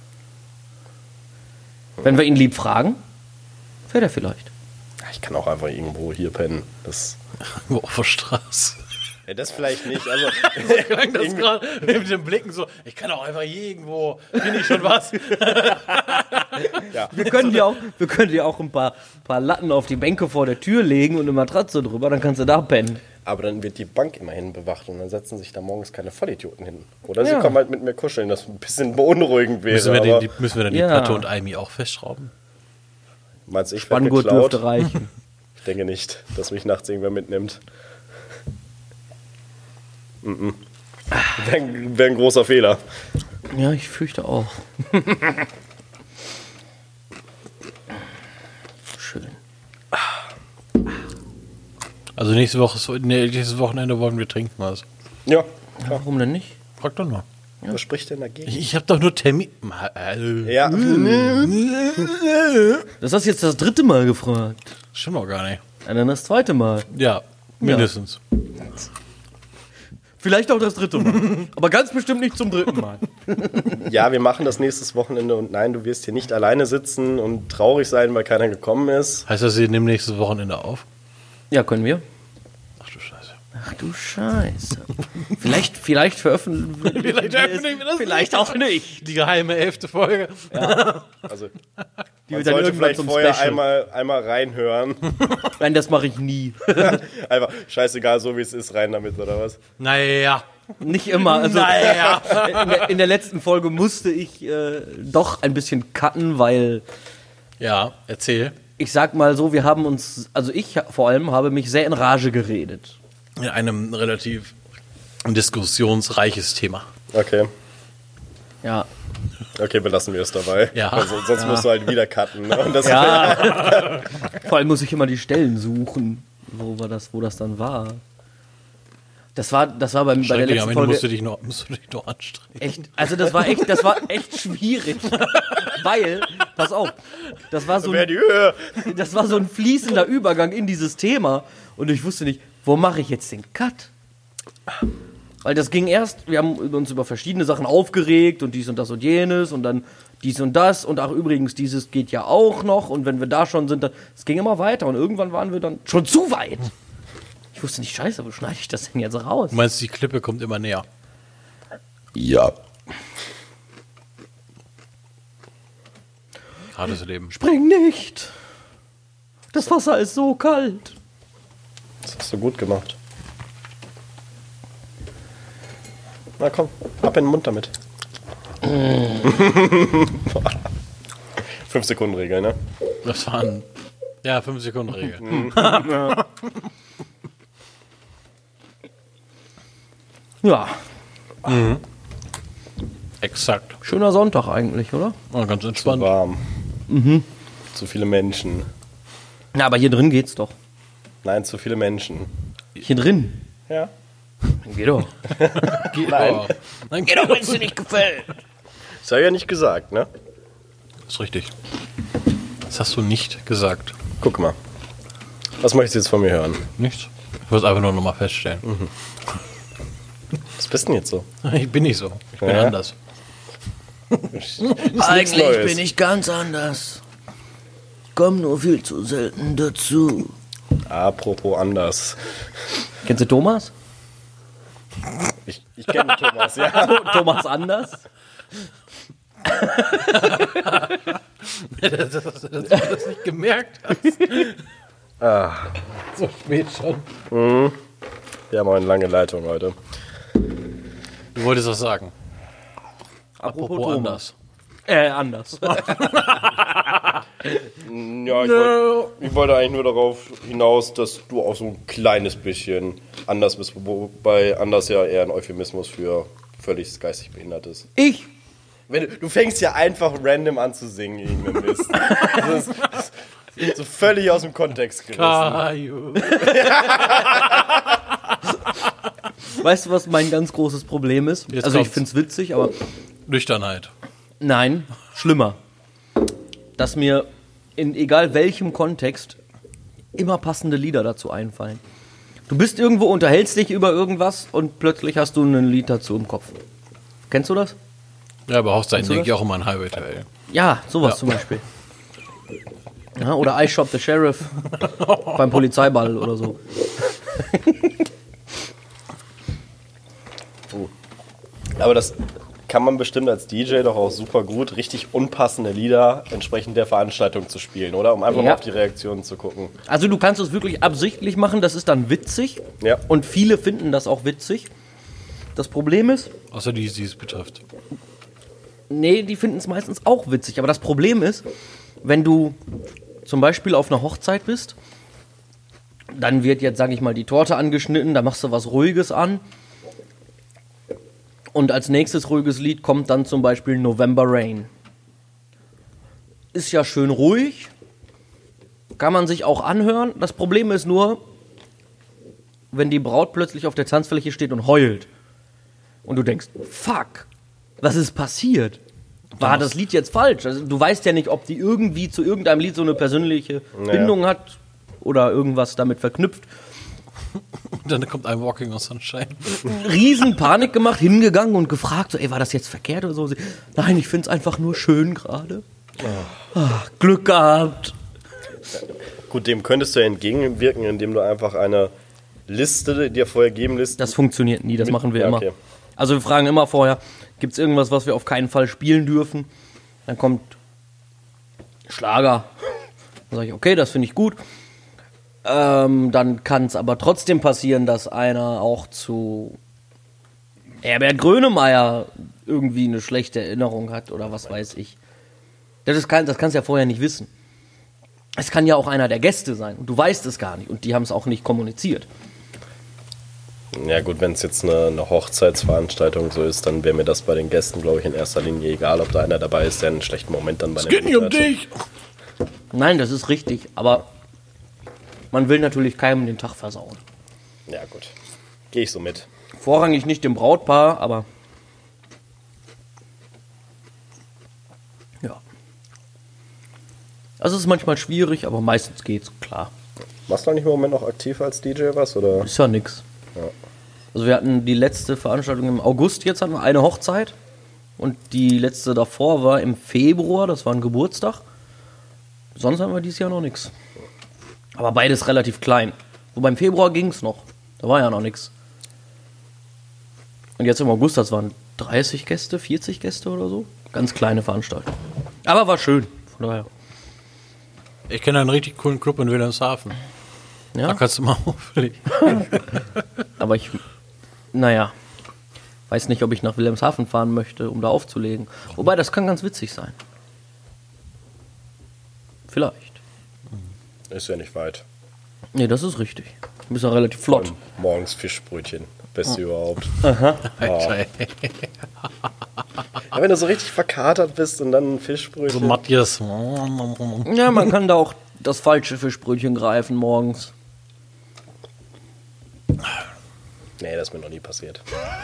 Speaker 1: Wenn wir ihn lieb fragen, fährt er vielleicht.
Speaker 2: Ich kann auch einfach irgendwo hier pennen. Das,
Speaker 3: Auf der Straße.
Speaker 2: Ja, das vielleicht nicht. Also,
Speaker 3: Klang das gerade mit den Blicken so, ich kann auch einfach hier irgendwo, bin ich schon was?
Speaker 1: Wir können dir auch ein paar Latten auf die Bänke vor der Tür legen und eine Matratze drüber, dann kannst du da pennen.
Speaker 2: aber dann wird die Bank immerhin bewacht und dann setzen sich da morgens keine Vollidioten hin. Oder sie
Speaker 1: Ja.
Speaker 2: kommen halt mit mir kuscheln, das ein bisschen beunruhigend wäre.
Speaker 3: Müssen wir dann die
Speaker 1: Ja.
Speaker 3: Platte und Amy auch festschrauben?
Speaker 2: Meinst du, ich werd
Speaker 1: Spanngurt
Speaker 2: geklaut?
Speaker 1: dürfte reichen.
Speaker 2: Ich denke nicht, dass mich nachts irgendwer mitnimmt. Wäre ein großer Fehler.
Speaker 1: Ja, ich fürchte auch. Schön.
Speaker 3: Also nächstes Wochenende wollen wir trinken was.
Speaker 2: Ja,
Speaker 1: Warum denn nicht?
Speaker 3: Frag doch mal.
Speaker 2: was spricht denn dagegen?
Speaker 3: Ich habe doch nur Termin.
Speaker 2: Ja,
Speaker 1: Das hast du jetzt das 3. Mal gefragt.
Speaker 3: Stimmt doch gar nicht.
Speaker 1: Ja, dann das 2. Mal.
Speaker 3: Ja, mindestens.
Speaker 1: Vielleicht auch das 3. Mal. Aber ganz bestimmt nicht zum 3. Mal.
Speaker 2: ja, wir machen das nächstes Wochenende und nein, du wirst hier nicht alleine sitzen und traurig sein, weil keiner gekommen ist.
Speaker 3: Heißt das, Sie nehmen nächstes Wochenende auf?
Speaker 1: Ja, können wir.
Speaker 3: Ach du Scheiße.
Speaker 1: Ach du Scheiße. Vielleicht veröffentlichen wir es. Vielleicht auch nicht.
Speaker 3: Die geheime 11. Folge.
Speaker 2: Also,
Speaker 1: Die
Speaker 2: man
Speaker 1: wird dann
Speaker 2: sollte
Speaker 1: irgendwann
Speaker 2: vielleicht
Speaker 1: zum
Speaker 2: vorher
Speaker 1: Special.
Speaker 2: einmal reinhören.
Speaker 1: Nein, das mache ich nie.
Speaker 2: Einfach scheißegal, so wie es ist, rein damit, oder was?
Speaker 3: Naja.
Speaker 1: Nicht immer. Also in der letzten Folge musste ich doch ein bisschen cutten, weil
Speaker 3: Ja, erzähl.
Speaker 1: ich sag mal so, wir haben uns, also ich vor allem habe mich sehr in Rage geredet.
Speaker 3: In einem relativ diskussionsreiches Thema.
Speaker 2: Okay.
Speaker 1: Ja.
Speaker 2: Okay, belassen wir es dabei.
Speaker 3: Ja.
Speaker 2: Also, sonst musst du halt wieder cutten. Ne? Und das
Speaker 1: Ja. Vor allem muss ich immer die Stellen suchen, wo das dann war. Das war bei der
Speaker 3: Schrecklich,
Speaker 1: letzten
Speaker 3: am Ende
Speaker 1: Folge
Speaker 3: musst du dich noch anstrengen.
Speaker 1: echt, also das war echt schwierig, weil, pass auf, das war so
Speaker 2: wäre die Höhe.
Speaker 1: das war so ein fließender Übergang in dieses Thema und ich wusste nicht, wo mache ich jetzt den Cut? Weil das ging erst, wir haben uns über verschiedene Sachen aufgeregt und dies und das und jenes und dann dies und das und ach übrigens, dieses geht ja auch noch und wenn wir da schon sind, dann, es ging immer weiter und irgendwann waren wir dann schon zu weit. Ich wusste nicht, scheiße, wo schneide ich das denn jetzt raus?
Speaker 3: Du meinst, die Klippe kommt immer näher.
Speaker 2: Ja.
Speaker 3: Hartes Leben.
Speaker 1: Spring nicht! Das Wasser ist so kalt.
Speaker 2: Das hast du gut gemacht. Na komm, ab in den Mund damit. 5-Sekunden-Regel, ne?
Speaker 3: Das waren. Ja, 5-Sekunden-Regel.
Speaker 1: Ja,
Speaker 3: Exakt.
Speaker 1: schöner Sonntag eigentlich, oder?
Speaker 3: Oh, ganz entspannt.
Speaker 2: Warm. Zu viele Menschen.
Speaker 1: Na, aber hier drin geht's doch.
Speaker 2: Nein, zu viele Menschen.
Speaker 1: Hier drin.
Speaker 2: Ja.
Speaker 1: Geh doch.
Speaker 2: Nein.
Speaker 3: Oh. Nein,
Speaker 1: Geh doch, wenn es dir nicht gefällt.
Speaker 2: Das habe ich ja nicht gesagt, ne?
Speaker 3: ist richtig. Das hast du nicht gesagt.
Speaker 2: Guck mal. Was möchtest du jetzt von mir hören?
Speaker 3: Nichts? Ich wollte es einfach nur noch mal feststellen.
Speaker 2: Was bist denn jetzt so?
Speaker 3: Ich bin nicht so. Ich bin
Speaker 2: Ja.
Speaker 3: anders.
Speaker 1: Eigentlich
Speaker 2: Neues.
Speaker 1: bin ich ganz anders. Ich komme nur viel zu selten dazu.
Speaker 2: Apropos anders.
Speaker 1: Kennst du Thomas?
Speaker 2: Ich kenne Thomas, ja.
Speaker 1: Thomas Anders?
Speaker 3: dass du das nicht gemerkt hast. So spät schon.
Speaker 2: Wir haben auch eine lange Leitung heute.
Speaker 3: Du wolltest was sagen. Apropos anders.
Speaker 1: Anders.
Speaker 2: Ja, ich wollte eigentlich nur darauf hinaus, dass du auch so ein kleines bisschen anders bist, wobei anders ja eher ein Euphemismus für völlig geistig Behindertes.
Speaker 1: Ich?
Speaker 2: Du fängst ja einfach random an zu singen, irgendein Mist. Das ist so völlig aus dem Kontext gerissen.
Speaker 3: Kaju.
Speaker 1: Weißt du, was mein ganz großes Problem ist?
Speaker 3: Jetzt
Speaker 1: Also ich
Speaker 3: kommt's.
Speaker 1: find's witzig, aber
Speaker 3: Nüchternheit.
Speaker 1: nein, schlimmer. Dass mir in egal welchem Kontext immer passende Lieder dazu einfallen. Du bist irgendwo, unterhältst dich über irgendwas und plötzlich hast du ein Lied dazu im Kopf. Kennst du das?
Speaker 3: Ja, aber Hochzeiten
Speaker 1: du
Speaker 3: denke ich
Speaker 1: das?
Speaker 3: auch immer an Highway to Hell.
Speaker 1: Ja, sowas zum Beispiel. Ja, oder I Shop the Sheriff beim Polizeiball oder so.
Speaker 2: Aber das kann man bestimmt als DJ doch auch super gut, richtig unpassende Lieder entsprechend der Veranstaltung zu spielen, oder? Um einfach mal auf die Reaktionen zu gucken.
Speaker 1: Also du kannst es wirklich absichtlich machen, das ist dann witzig.
Speaker 2: Ja.
Speaker 1: Und viele finden das auch witzig. Das Problem ist,
Speaker 3: Außer die es betrifft.
Speaker 1: nee, die finden es meistens auch witzig. Aber das Problem ist, wenn du zum Beispiel auf einer Hochzeit bist, dann wird jetzt, sag ich mal, die Torte angeschnitten, da machst du was Ruhiges an. Und als nächstes ruhiges Lied kommt dann zum Beispiel November Rain. Ist ja schön ruhig, kann man sich auch anhören. Das Problem ist nur, wenn die Braut plötzlich auf der Tanzfläche steht und heult. Und du denkst, fuck, was ist passiert? War das Lied jetzt falsch? Also, du weißt ja nicht, ob die irgendwie zu irgendeinem Lied so eine persönliche Bindung hat oder irgendwas damit verknüpft.
Speaker 3: Und dann kommt ein Walking on Sunshine.
Speaker 1: Riesen Panik gemacht, hingegangen und gefragt, so, ey, war das jetzt verkehrt oder so? Sie, nein, ich find's einfach nur schön gerade. Glück gehabt.
Speaker 2: Gut, dem könntest du ja entgegenwirken, indem du einfach eine Liste dir vorher geben lässt.
Speaker 1: Das funktioniert nie, das machen wir
Speaker 2: Ja,
Speaker 1: immer.
Speaker 2: okay.
Speaker 1: Also wir fragen immer vorher, gibt's irgendwas, was wir auf keinen Fall spielen dürfen? Dann kommt Schlager. Dann sage ich, okay, das finde ich gut. Dann kann es aber trotzdem passieren, dass einer auch zu Herbert Grönemeyer irgendwie eine schlechte Erinnerung hat oder was weiß ich. Das kannst du ja vorher nicht wissen. Es kann ja auch einer der Gäste sein und du weißt es gar nicht und die haben es auch nicht kommuniziert.
Speaker 2: Ja gut, wenn es jetzt eine Hochzeitsveranstaltung so ist, dann wäre mir das bei den Gästen, glaube ich, in erster Linie egal, ob da einer dabei ist, der einen schlechten Moment dann bei
Speaker 3: Es geht nicht um dich!
Speaker 1: Nein, das ist richtig, aber man will natürlich keinem den Tag versauen.
Speaker 2: Ja gut, gehe ich so mit.
Speaker 1: Vorrangig nicht dem Brautpaar, aber ja. Also es ist manchmal schwierig, aber meistens geht's, klar.
Speaker 2: Machst du eigentlich im Moment noch aktiv als DJ was, oder?
Speaker 1: Ist ja nix.
Speaker 2: Ja.
Speaker 1: Also wir hatten die letzte Veranstaltung im August, jetzt hatten wir eine Hochzeit und die letzte davor war im Februar, das war ein Geburtstag. Sonst haben wir dieses Jahr noch nichts. Aber beides relativ klein. Wobei im Februar ging's noch, da war ja noch nichts. Und jetzt im August, das waren 30 Gäste, 40 Gäste oder so. Ganz kleine Veranstaltung. Aber war schön, von daher.
Speaker 3: Ich kenne einen richtig coolen Club in Wilhelmshaven. Da
Speaker 1: Ja,
Speaker 3: kannst du mal auflegen.
Speaker 1: aber ich, naja, weiß nicht, ob ich nach Wilhelmshaven fahren möchte, um da aufzulegen. Wobei, das kann ganz witzig sein. Vielleicht.
Speaker 2: Ist ja nicht weit.
Speaker 1: Nee, das ist richtig. Du bist ja relativ flott.
Speaker 2: Morgens Fischbrötchen. Beste überhaupt.
Speaker 3: Alter, ey.
Speaker 2: Aber wenn du so richtig verkatert bist und dann ein Fischbrötchen.
Speaker 3: So Matthias.
Speaker 1: Ja, man kann da auch das falsche Fischbrötchen greifen morgens.
Speaker 2: Nee, das ist mir noch nie passiert.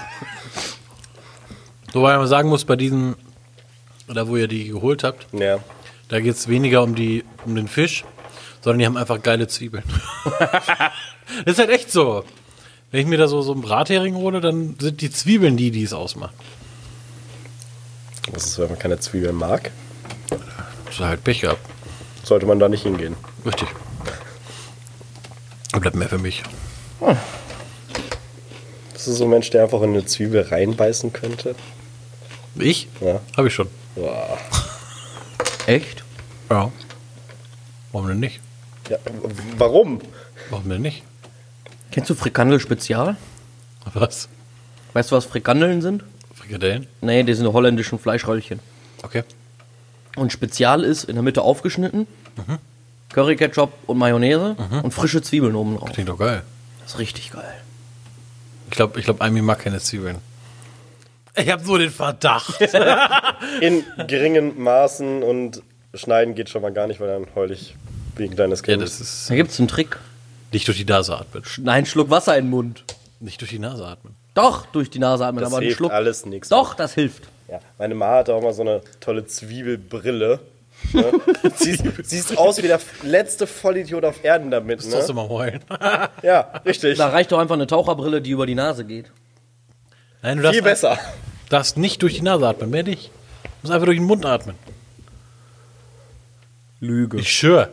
Speaker 3: Wobei man sagen muss, bei diesen, da wo ihr die geholt habt,
Speaker 2: Ja.
Speaker 3: da geht es weniger um den Fisch, sondern die haben einfach geile Zwiebeln. Das ist halt echt so. Wenn ich mir da so einen Brathering hole, dann sind die Zwiebeln die es ausmachen.
Speaker 2: Was ist, wenn man keine Zwiebeln mag?
Speaker 3: Das ist halt Pech gehabt.
Speaker 2: Sollte man da nicht hingehen.
Speaker 3: Richtig. Da bleibt mehr für mich.
Speaker 2: Das ist so ein Mensch, der einfach in eine Zwiebel reinbeißen könnte.
Speaker 3: Ich?
Speaker 2: Ja.
Speaker 3: Habe ich schon.
Speaker 2: Boah.
Speaker 1: Echt?
Speaker 3: Ja. Warum denn nicht?
Speaker 2: Ja, warum?
Speaker 3: Warum denn nicht?
Speaker 1: Kennst du Frikandel Spezial?
Speaker 3: Was?
Speaker 1: Weißt du, was Frikandeln sind?
Speaker 3: Frikadellen?
Speaker 1: Nee, die sind holländischen Fleischröllchen.
Speaker 3: Okay.
Speaker 1: Und Spezial ist in der Mitte aufgeschnitten, Curry Ketchup und Mayonnaise und frische Zwiebeln oben drauf.
Speaker 3: Klingt doch geil.
Speaker 1: Das ist richtig geil.
Speaker 3: Ich glaube, Amy mag keine Zwiebeln. Ich habe so den Verdacht.
Speaker 2: In geringen Maßen und schneiden geht schon mal gar nicht, weil dann heul ich wie ein kleines
Speaker 3: Ja,
Speaker 2: Kind.
Speaker 3: das ist
Speaker 1: Da gibt's einen Trick.
Speaker 3: nicht durch die Nase atmen.
Speaker 1: Nein, Schluck Wasser in den Mund.
Speaker 3: Nicht durch die Nase atmen.
Speaker 1: Doch, durch die Nase atmen,
Speaker 2: Das
Speaker 1: aber einen
Speaker 2: hilft
Speaker 1: Schluck.
Speaker 2: alles nichts.
Speaker 1: Doch, das hilft.
Speaker 2: Ja, meine Ma hatte auch mal so eine tolle Zwiebelbrille. Ne? Siehst aus wie der letzte Vollidiot auf Erden damit.
Speaker 3: Sollst du
Speaker 2: Ne?
Speaker 3: mal heulen.
Speaker 2: Ja, richtig.
Speaker 1: Da reicht doch einfach eine Taucherbrille, die über die Nase geht.
Speaker 3: Nein, du
Speaker 2: Viel besser.
Speaker 3: darfst nicht durch die Nase atmen, mehr nicht. Du musst einfach durch den Mund atmen.
Speaker 1: Lüge.
Speaker 3: Ich schwöre.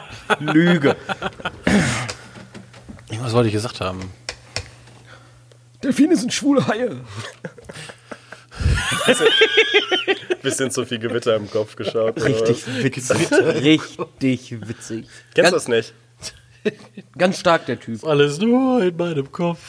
Speaker 1: Lüge.
Speaker 3: Was wollte ich gesagt haben?
Speaker 1: Delfine sind schwule Haie.
Speaker 2: Bisschen zu viel Gewitter im Kopf geschaut.
Speaker 1: Richtig witzig. Richtig witzig.
Speaker 2: Kennst du das nicht?
Speaker 1: Ganz stark, der Typ.
Speaker 3: Alles nur in meinem Kopf.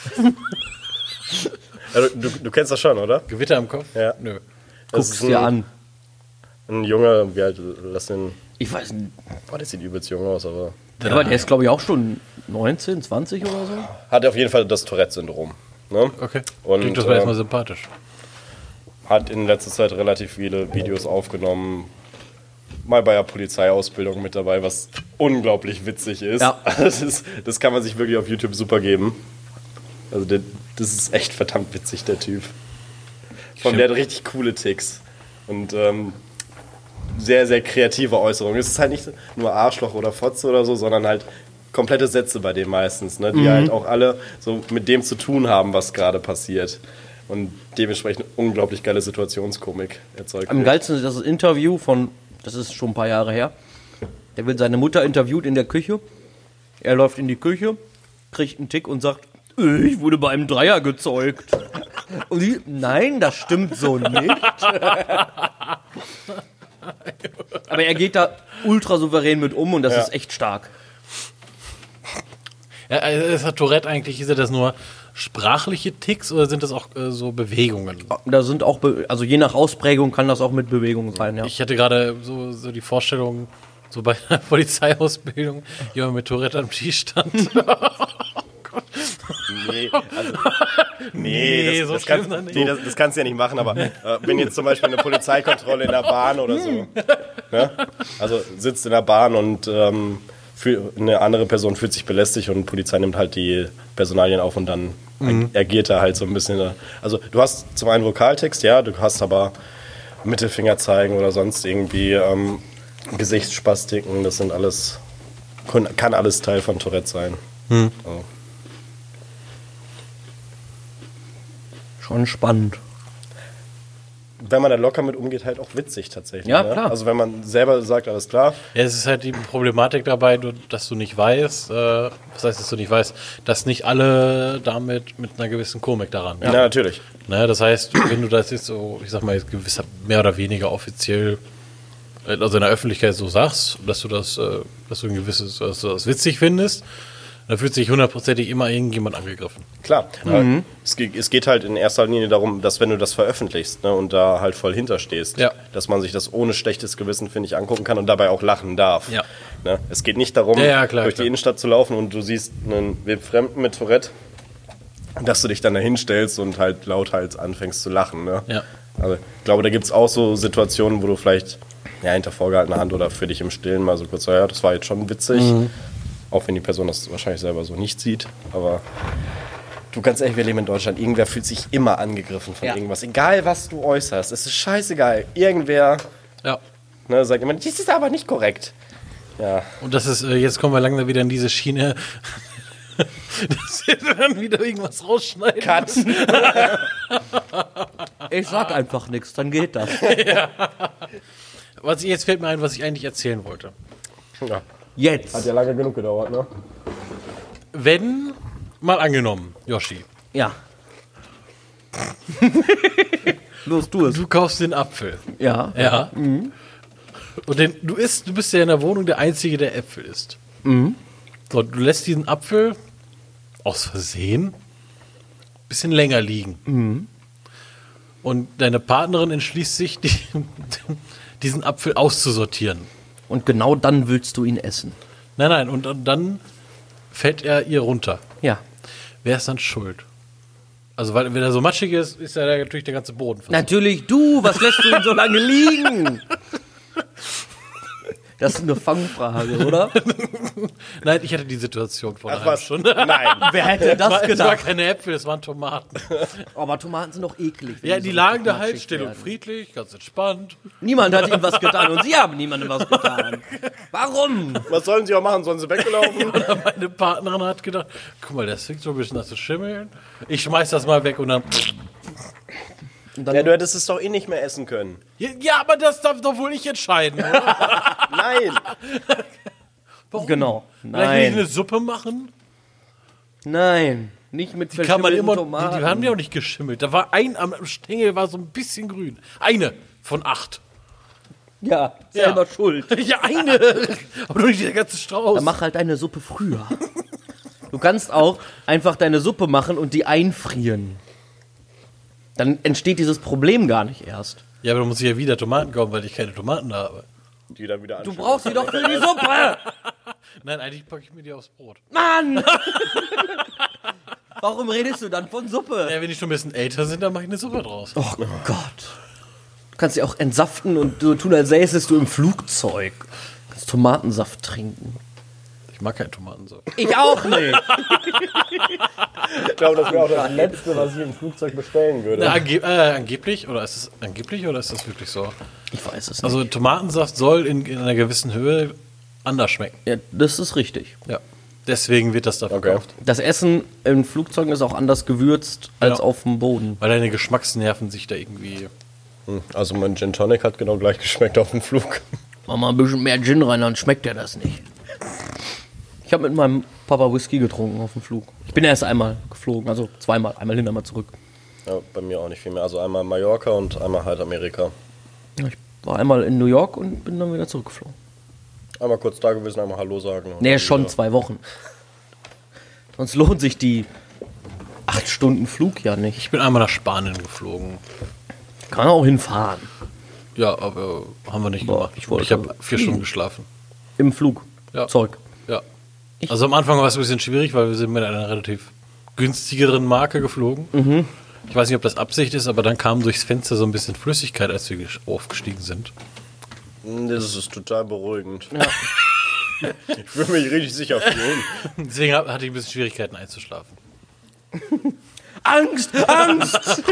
Speaker 2: Also, du kennst das schon, oder?
Speaker 3: Gewitter im Kopf?
Speaker 2: Ja.
Speaker 3: Nö.
Speaker 1: Guck's dir an.
Speaker 2: Ein Junge, wie alt, lass den...
Speaker 1: Ich weiß nicht.
Speaker 2: Boah, der sieht übelst jung aus, aber...
Speaker 1: Ja, aber der ist, glaube ich, auch schon 19, 20 oder so.
Speaker 2: Hat auf jeden Fall das Tourette-Syndrom. Ne?
Speaker 3: Okay.
Speaker 2: Und,
Speaker 3: Klingt das mal erstmal sympathisch.
Speaker 2: Hat in letzter Zeit relativ viele Videos aufgenommen. Mal bei der Polizeiausbildung mit dabei, was unglaublich witzig ist.
Speaker 1: Ja.
Speaker 2: Das kann man sich wirklich auf YouTube super geben. Also das ist echt verdammt witzig, der Typ. Von der hat richtig coole Ticks. Und sehr, sehr kreative Äußerungen. Es ist halt nicht nur Arschloch oder Fotze oder so, sondern halt komplette Sätze bei dem meistens, ne? Die halt auch alle so mit dem zu tun haben, was gerade passiert. Und dementsprechend unglaublich geile Situationskomik erzeugt.
Speaker 1: Am geilsten ist das Interview das ist schon ein paar Jahre her. Der wird seine Mutter interviewt in der Küche. Er läuft in die Küche, kriegt einen Tick und sagt, ich wurde bei einem Dreier gezeugt. Und die, nein, das stimmt so nicht. Aber er geht da ultra souverän mit um und das ist echt stark.
Speaker 3: Ja, ist hat Tourette eigentlich, ist das nur sprachliche Ticks oder sind das auch so Bewegungen?
Speaker 1: Da sind auch, also je nach Ausprägung kann das auch mit Bewegungen sein, ja.
Speaker 3: Ich hatte gerade so die Vorstellung, so bei einer Polizeiausbildung, jemand mit Tourette am Tisch stand.
Speaker 2: Nee,
Speaker 3: so
Speaker 2: das
Speaker 3: schlimm dann nicht.
Speaker 2: das kannst du ja nicht machen, aber wenn jetzt zum Beispiel eine Polizeikontrolle in der Bahn oder so, ne? Also sitzt in der Bahn und eine andere Person fühlt sich belästigt und die Polizei nimmt halt die Personalien auf und dann agiert er halt so ein bisschen. Also du hast zum einen Vokaltext, ja, du hast aber Mittelfinger zeigen oder sonst irgendwie Gesichtsspastiken, das sind alles, kann alles Teil von Tourette sein. So.
Speaker 1: Schon spannend.
Speaker 2: Wenn man da locker mit umgeht, halt auch witzig tatsächlich.
Speaker 1: Ja,
Speaker 2: ne?
Speaker 1: klar.
Speaker 2: Also wenn man selber sagt, alles klar.
Speaker 3: Ja, es ist halt die Problematik dabei, dass du nicht weißt, was heißt, dass du nicht weißt, dass nicht alle damit mit einer gewissen Komik daran.
Speaker 2: Ja, natürlich.
Speaker 3: Ne, das heißt, wenn du das jetzt so, ich sag mal, gewisser, mehr oder weniger offiziell, also in der Öffentlichkeit so sagst, dass du das witzig findest, dann fühlt sich hundertprozentig immer irgendjemand angegriffen.
Speaker 2: Klar. Es geht halt in erster Linie darum, dass wenn du das veröffentlichst, ne, und da halt voll hinterstehst, dass man sich das ohne schlechtes Gewissen, finde ich, angucken kann und dabei auch lachen darf.
Speaker 3: Ja.
Speaker 2: Ne? Es geht nicht darum, durch die Innenstadt zu laufen und du siehst einen Wildfremden mit Tourette, dass du dich dann da hinstellst und halt lauthals anfängst zu lachen. Ne?
Speaker 3: Ja.
Speaker 2: Also ich glaube, da gibt es auch so Situationen, wo du vielleicht hinter vorgehaltener Hand oder für dich im Stillen mal so kurz, ja, das war jetzt schon witzig. Auch wenn die Person das wahrscheinlich selber so nicht sieht. Aber du, ganz ehrlich, wir leben in Deutschland. Irgendwer fühlt sich immer angegriffen von irgendwas. Egal, was du äußerst. Es ist scheißegal. Irgendwer sagt immer, das ist aber nicht korrekt. Ja.
Speaker 3: Und das ist, jetzt kommen wir langsam wieder in diese Schiene, dass wir dann wieder irgendwas rausschneiden.
Speaker 2: Cut.
Speaker 1: Ich sag einfach nichts, dann geht das.
Speaker 3: Jetzt fällt mir ein, was ich eigentlich erzählen wollte.
Speaker 2: Ja.
Speaker 1: Jetzt.
Speaker 2: Hat ja lange genug gedauert, ne?
Speaker 3: Wenn, mal angenommen, Yoshi,
Speaker 1: Ja. Los, tu es.
Speaker 3: du kaufst den Apfel.
Speaker 1: Ja.
Speaker 3: Ja. Und du bist ja in der Wohnung der Einzige, der Äpfel isst. So, du lässt diesen Apfel aus Versehen ein bisschen länger liegen. Und deine Partnerin entschließt sich, diesen Apfel auszusortieren.
Speaker 1: Und genau dann willst du ihn essen.
Speaker 3: Nein, und dann fällt er ihr runter.
Speaker 1: Ja.
Speaker 3: Wer ist dann schuld? Also, weil wenn er so matschig ist, ist ja natürlich der ganze Boden versucht.
Speaker 1: Natürlich du, was lässt du ihn so lange liegen? Das ist eine Fangfrage, oder?
Speaker 3: Nein, ich hatte die Situation vor einer
Speaker 2: Ach
Speaker 3: halben
Speaker 2: was?
Speaker 3: Stunde.
Speaker 2: Nein.
Speaker 1: Wer hätte das
Speaker 3: Es war
Speaker 1: gedacht?
Speaker 3: keine Äpfel, es waren Tomaten.
Speaker 1: Aber Tomaten sind doch eklig. wenn
Speaker 3: Ja, die
Speaker 1: so
Speaker 3: lagen da
Speaker 1: matschig
Speaker 3: halt still und
Speaker 1: werden.
Speaker 3: friedlich, ganz entspannt.
Speaker 1: Niemand hat ihnen was getan und sie haben niemandem was getan. Warum?
Speaker 2: Was sollen sie auch machen? Sollen sie weglaufen?
Speaker 3: Meine Partnerin hat gedacht, guck mal, das fängt so ein bisschen an zu schimmeln. Ich schmeiß das mal weg und dann...
Speaker 1: Und dann
Speaker 2: Ja, du hättest es doch eh nicht mehr essen können.
Speaker 3: Ja, aber das darf doch wohl ich entscheiden, oder?
Speaker 2: Nein.
Speaker 3: Warum?
Speaker 1: Genau.
Speaker 3: Vielleicht will ich
Speaker 1: Nein.
Speaker 3: eine Suppe machen?
Speaker 1: Nein. Nicht mit
Speaker 3: Die kann man
Speaker 1: verschimmelten
Speaker 3: immer,
Speaker 1: Tomaten.
Speaker 3: die haben ja auch nicht geschimmelt. Da war am Stängel war so ein bisschen grün. Eine von 8.
Speaker 1: Ja, selber schuld.
Speaker 3: Ja, eine. Aber doch nicht der ganze Strauß.
Speaker 1: Dann mach halt deine Suppe früher. Du kannst auch einfach deine Suppe machen und die einfrieren. Dann entsteht dieses Problem gar nicht erst.
Speaker 3: Ja, aber du musst ja wieder Tomaten kaufen, weil ich keine Tomaten habe.
Speaker 2: Die dann wieder
Speaker 1: Du brauchst sie doch für die Suppe!
Speaker 3: Nein, eigentlich packe ich mir die aufs Brot.
Speaker 1: Mann! Warum redest du dann von Suppe?
Speaker 3: Ja, wenn die schon ein bisschen älter sind, dann mache ich eine Suppe draus.
Speaker 1: Oh Gott. Du kannst sie auch entsaften und so tun, als säßest du im Flugzeug. Du kannst Tomatensaft trinken.
Speaker 3: Ich mag keinen Tomatensaft.
Speaker 1: Ich auch nicht.
Speaker 2: Ich glaube, das wäre auch das Letzte, was ich im Flugzeug bestellen würde.
Speaker 3: Na, angeblich, oder ist es angeblich oder ist das wirklich so?
Speaker 1: Ich weiß es nicht.
Speaker 3: Also Tomatensaft soll in einer gewissen Höhe anders schmecken.
Speaker 1: Ja, das ist richtig.
Speaker 3: Ja. Deswegen wird das da verkauft.
Speaker 1: Das Essen in Flugzeugen ist auch anders gewürzt als
Speaker 3: Ja.
Speaker 1: auf dem Boden.
Speaker 3: Weil deine Geschmacksnerven sich da irgendwie...
Speaker 2: Also mein Gin Tonic hat genau gleich geschmeckt auf dem Flug.
Speaker 1: Mach mal ein bisschen mehr Gin rein, dann schmeckt der das nicht. Ich habe mit meinem Papa Whisky getrunken auf dem Flug. Ich bin erst einmal geflogen, also zweimal. Einmal hin, einmal zurück.
Speaker 2: Ja, bei mir auch nicht viel mehr. Also einmal Mallorca und einmal halt Amerika.
Speaker 1: Ich war einmal in New York und bin dann wieder zurückgeflogen.
Speaker 2: Einmal kurz da gewesen, einmal Hallo sagen. und
Speaker 1: Nee,
Speaker 2: dann
Speaker 1: schon
Speaker 2: wieder.
Speaker 1: 2 Wochen. Sonst lohnt sich die 8 Stunden Flug ja nicht.
Speaker 3: Ich bin einmal nach Spanien geflogen.
Speaker 1: Kann auch hinfahren.
Speaker 3: Ja, aber haben wir nicht
Speaker 1: Boah,
Speaker 3: gemacht.
Speaker 1: ich wollte-
Speaker 3: Ich habe 4 Stunden geschlafen.
Speaker 1: Im Flug.
Speaker 3: Ja.
Speaker 1: Zeug.
Speaker 3: Ja. Also am Anfang war es ein bisschen schwierig, weil wir sind mit einer relativ günstigeren Marke geflogen. Ich weiß nicht, ob das Absicht ist, aber dann kam durchs Fenster so ein bisschen Flüssigkeit, als wir aufgestiegen sind.
Speaker 2: Das ist total beruhigend. Ja. Ich fühle mich richtig sicher fühlen.
Speaker 3: Deswegen hatte ich ein bisschen Schwierigkeiten einzuschlafen.
Speaker 1: Angst! Angst!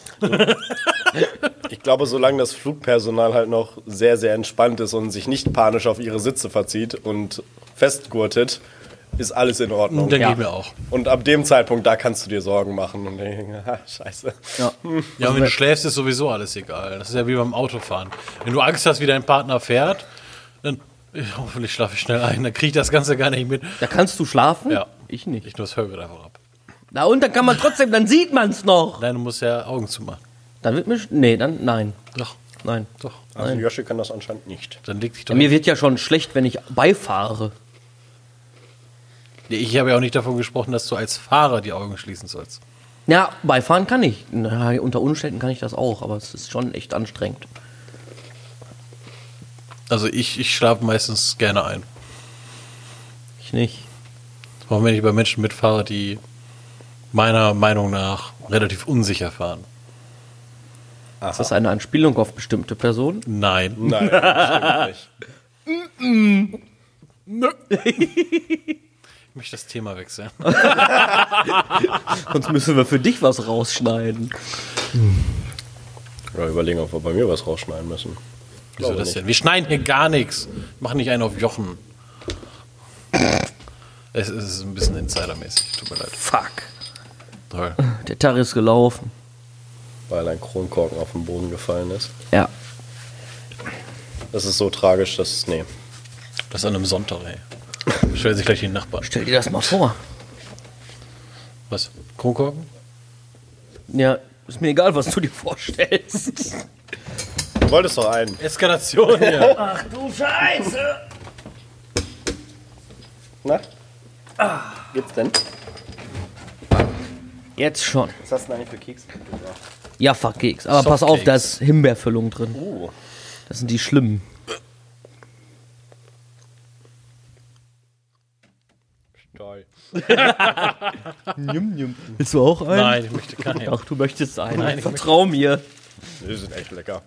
Speaker 2: Ich glaube, solange das Flugpersonal halt noch sehr, sehr entspannt ist und sich nicht panisch auf ihre Sitze verzieht und festgurtet, ist alles in Ordnung.
Speaker 3: Denke
Speaker 1: Ja.
Speaker 3: ich mir auch.
Speaker 2: Und ab dem Zeitpunkt, da kannst du dir Sorgen machen und denken, scheiße.
Speaker 1: Ja.
Speaker 3: Ja, und wenn du schläfst, ist sowieso alles egal. Das ist ja wie beim Autofahren. Wenn du Angst hast, wie dein Partner fährt, dann hoffentlich schlafe ich schnell ein. Dann kriege ich das Ganze gar nicht mit.
Speaker 1: Da kannst du schlafen?
Speaker 3: Ja.
Speaker 1: Ich nicht.
Speaker 3: Ich nur das Hörgerät einfach ab.
Speaker 1: Na und, dann kann man trotzdem, dann sieht man's noch.
Speaker 3: Nein, du musst ja Augen zumachen.
Speaker 1: Dann wird mir, nee, dann, nein.
Speaker 3: Doch,
Speaker 1: Nein.
Speaker 3: doch.
Speaker 2: Also Yoshi kann das anscheinend nicht.
Speaker 3: Dann leg dich doch.
Speaker 1: Mir wird ja schon schlecht, wenn ich beifahre.
Speaker 3: Ich habe ja auch nicht davon gesprochen, dass du als Fahrer die Augen schließen sollst.
Speaker 1: Ja, beifahren kann ich. Na, unter Umständen kann ich das auch, aber es ist schon echt anstrengend.
Speaker 3: Also ich schlafe meistens gerne ein.
Speaker 1: Ich nicht.
Speaker 3: Auch wenn ich bei Menschen mitfahre, die meiner Meinung nach relativ unsicher fahren.
Speaker 1: Ist das eine Anspielung auf bestimmte Personen?
Speaker 3: Nein.
Speaker 2: Nein, das stimmt nicht.
Speaker 3: Ich möchte das Thema wechseln.
Speaker 1: Sonst müssen wir für dich was rausschneiden.
Speaker 2: Ja, überlegen, ob wir bei mir was rausschneiden müssen.
Speaker 3: Wieso
Speaker 2: Glaube
Speaker 3: das
Speaker 2: nicht.
Speaker 3: denn? Wir schneiden hier gar nichts. Machen nicht einen auf Jochen. Es ist ein bisschen insidermäßig. Tut mir leid.
Speaker 1: Fuck.
Speaker 3: Toll.
Speaker 1: Der Tag ist gelaufen.
Speaker 2: Weil ein Kronkorken auf den Boden gefallen ist.
Speaker 1: Ja.
Speaker 2: Das ist so tragisch, dass, nee.
Speaker 3: Das an einem Sonntag, ey. Stellen sich gleich die Nachbarn.
Speaker 1: Stell dir das mal vor.
Speaker 3: Was? Kronkorken?
Speaker 1: Ja, ist mir egal, was du dir vorstellst.
Speaker 2: Du wolltest doch einen.
Speaker 3: Eskalation hier.
Speaker 1: Ach du Scheiße.
Speaker 2: Na? Geht's denn?
Speaker 1: Jetzt schon.
Speaker 2: Was hast du denn eigentlich für Kekse mitgebracht?
Speaker 1: Ja, fuck Keks. Aber pass auf,
Speaker 3: Softcakes.
Speaker 1: da ist Himbeerfüllung drin. Das sind die schlimmen.
Speaker 2: Toll.
Speaker 1: Willst du auch einen?
Speaker 3: Nein, ich möchte keinen.
Speaker 1: Ach, du möchtest einen.
Speaker 3: Nein, ich
Speaker 1: Vertrau mir.
Speaker 2: Die sind echt lecker.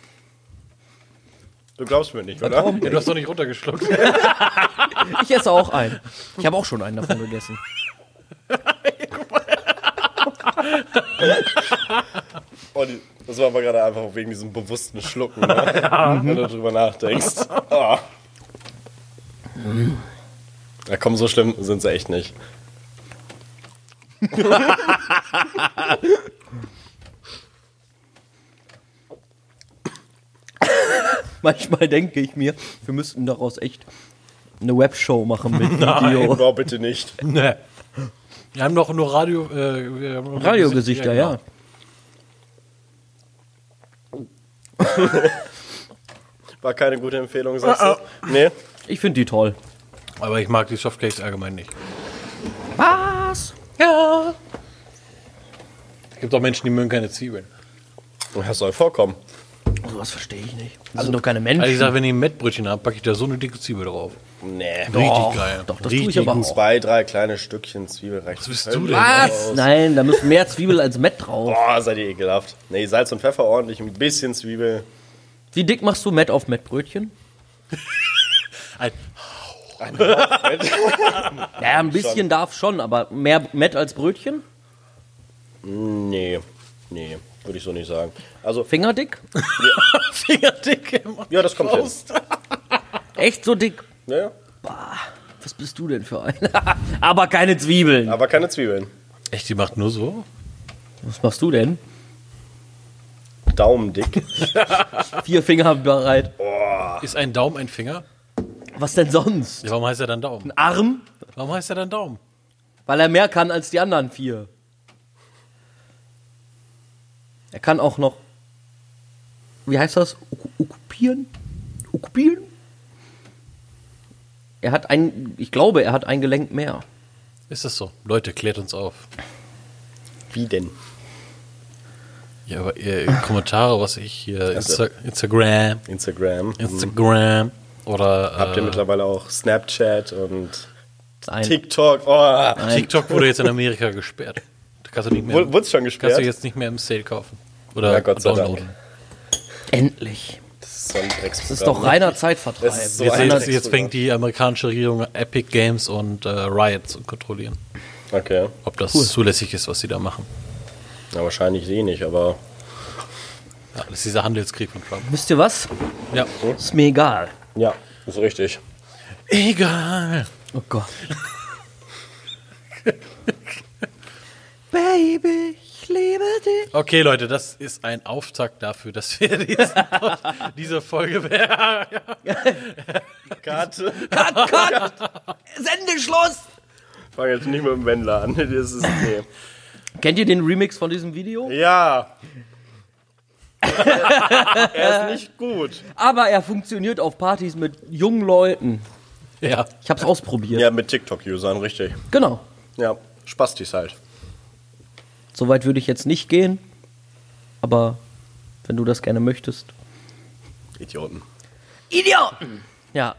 Speaker 2: Du glaubst mir nicht, oder?
Speaker 3: Ja, du hast doch nicht runtergeschluckt.
Speaker 1: Ich esse auch einen. Ich habe auch schon einen davon gegessen.
Speaker 2: Oh, das war aber gerade einfach wegen diesem bewussten Schlucken, ne? Wenn du drüber nachdenkst. Oh. Ja, komm, so schlimm sind sie echt nicht.
Speaker 1: Manchmal denke ich mir, wir müssten daraus echt eine Webshow machen mit Video.
Speaker 2: Oh, bitte nicht.
Speaker 3: Nee. Wir haben doch nur
Speaker 1: Radiogesichter, ja.
Speaker 2: War keine gute Empfehlung, sagst du? Nee.
Speaker 1: Ich finde die toll.
Speaker 3: Aber ich mag die Softcakes allgemein nicht.
Speaker 1: Was?
Speaker 3: Ja. Es gibt auch Menschen, die mögen keine Zwiebeln.
Speaker 2: Das soll vorkommen.
Speaker 1: Sowas verstehe ich nicht. Das sind doch keine Menschen.
Speaker 3: Also ich sage, wenn ich ein Mettbrötchen habe, packe ich da so eine dicke Zwiebel drauf.
Speaker 2: Nee.
Speaker 3: Richtig geil.
Speaker 1: Doch, das
Speaker 3: Richtig
Speaker 1: tue ich aber
Speaker 3: gut.
Speaker 1: auch.
Speaker 2: 2, 3 kleine Stückchen Zwiebel reicht.
Speaker 3: Was bist du denn?
Speaker 1: Was? Nein, da müssen mehr Zwiebel als Mett drauf.
Speaker 2: Boah, seid ihr ekelhaft. Nee, Salz und Pfeffer ordentlich, ein bisschen Zwiebel.
Speaker 1: Wie dick machst du Mett auf Mettbrötchen?
Speaker 3: Ein-
Speaker 1: Ja, ein bisschen darf schon, aber mehr Mett als Brötchen?
Speaker 2: Nee, würde ich so nicht sagen. Also,
Speaker 1: Fingerdick?
Speaker 3: Fingerdick.
Speaker 2: ja, das kommt hin.
Speaker 1: Echt so dick?
Speaker 2: Ja,
Speaker 1: Was bist du denn für ein? Aber keine Zwiebeln.
Speaker 2: aber keine Zwiebeln.
Speaker 3: Echt, die macht nur so?
Speaker 1: Was machst du denn?
Speaker 2: Daumendick.
Speaker 1: 4 Finger bereit.
Speaker 3: Ist ein Daumen ein Finger?
Speaker 1: Was denn sonst?
Speaker 3: Ja, warum heißt er dann Daumen?
Speaker 1: Ein Arm?
Speaker 3: Warum heißt er dann Daumen?
Speaker 1: Weil er mehr kann als die anderen 4. Er kann auch noch, wie heißt das? Okkupieren? Okkupieren? Ich glaube, er hat ein Gelenk mehr.
Speaker 3: Ist das so? Leute, klärt uns auf.
Speaker 2: Wie denn?
Speaker 3: Ja, aber ihr Kommentare, was ich hier,
Speaker 2: Also-
Speaker 3: Instagram oder
Speaker 2: Habt ihr mittlerweile auch Snapchat und
Speaker 1: Nein.
Speaker 2: TikTok? Oh,
Speaker 3: TikTok wurde jetzt in Amerika gesperrt. Da kannst du nicht mehr,
Speaker 2: wurde es schon
Speaker 3: kannst
Speaker 2: gesperrt?
Speaker 3: du jetzt nicht mehr im Sale kaufen. Oder
Speaker 2: Ja, Gott sei Dank.
Speaker 3: downloaden.
Speaker 1: Endlich.
Speaker 2: Das ist so ein Drecksprogramm.
Speaker 1: Das ist doch reiner Zeitvertreib.
Speaker 2: Das ist so
Speaker 3: Jetzt,
Speaker 2: ein
Speaker 3: jetzt,
Speaker 2: Drecksprogramm.
Speaker 3: jetzt fängt die amerikanische Regierung Epic Games und Riot zu kontrollieren.
Speaker 2: Okay.
Speaker 3: Ob das zulässig ist, was sie da machen.
Speaker 2: Na, wahrscheinlich nicht, aber
Speaker 3: Ja, das ist dieser Handelskrieg von Trump.
Speaker 1: Wisst ihr was?
Speaker 3: Ja.
Speaker 1: Ist mir egal.
Speaker 2: ja, ist richtig.
Speaker 3: Egal.
Speaker 1: Oh Gott. Baby, ich liebe dich.
Speaker 3: Okay, Leute, das ist ein Auftakt dafür, dass wir diese Folge
Speaker 2: Karte.
Speaker 1: Sendeschluss.
Speaker 2: Fang jetzt nicht mit dem Wendler an. Das ist okay.
Speaker 1: Kennt ihr den Remix von diesem Video?
Speaker 2: Ja. Er ist nicht gut.
Speaker 1: Aber er funktioniert auf Partys mit jungen Leuten.
Speaker 3: Ja.
Speaker 1: Ich hab's ausprobiert.
Speaker 2: Ja, mit TikTok-Usern, richtig.
Speaker 1: Genau.
Speaker 2: Ja, Spastis halt.
Speaker 1: Soweit würde ich jetzt nicht gehen. Aber wenn du das gerne möchtest.
Speaker 2: Idioten.
Speaker 1: Idioten! Ja.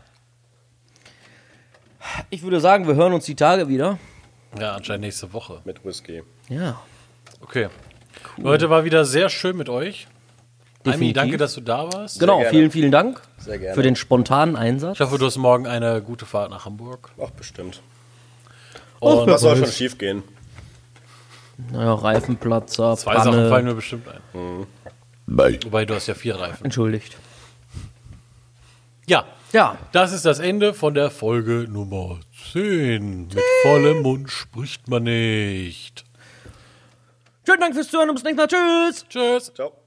Speaker 1: Ich würde sagen, wir hören uns die Tage wieder.
Speaker 3: Ja, anscheinend nächste Woche.
Speaker 2: Mit Whisky.
Speaker 1: Ja.
Speaker 3: Okay. Leute, war wieder sehr schön mit euch. Ami,
Speaker 1: Definitiv.
Speaker 3: danke, dass du da warst.
Speaker 1: Genau,
Speaker 2: gerne.
Speaker 1: vielen, vielen Dank
Speaker 2: Sehr gerne.
Speaker 1: für den spontanen Einsatz.
Speaker 3: Ich hoffe, du hast morgen eine gute Fahrt nach Hamburg.
Speaker 2: Ach, bestimmt.
Speaker 3: Und
Speaker 2: Was soll schon schief gehen?
Speaker 1: Naja, Reifenplatzer,
Speaker 3: 2 Sachen fallen
Speaker 1: Panne.
Speaker 3: mir bestimmt ein. Wobei, du hast ja 4 Reifen.
Speaker 1: Entschuldigt.
Speaker 3: Ja,
Speaker 1: Ja,
Speaker 3: das ist das Ende von der Folge Nummer 10. Mit vollem Mund spricht man nicht.
Speaker 1: schönen Dank fürs Zuhören und bis nächstes Mal. Tschüss.
Speaker 3: Tschüss.
Speaker 2: Ciao.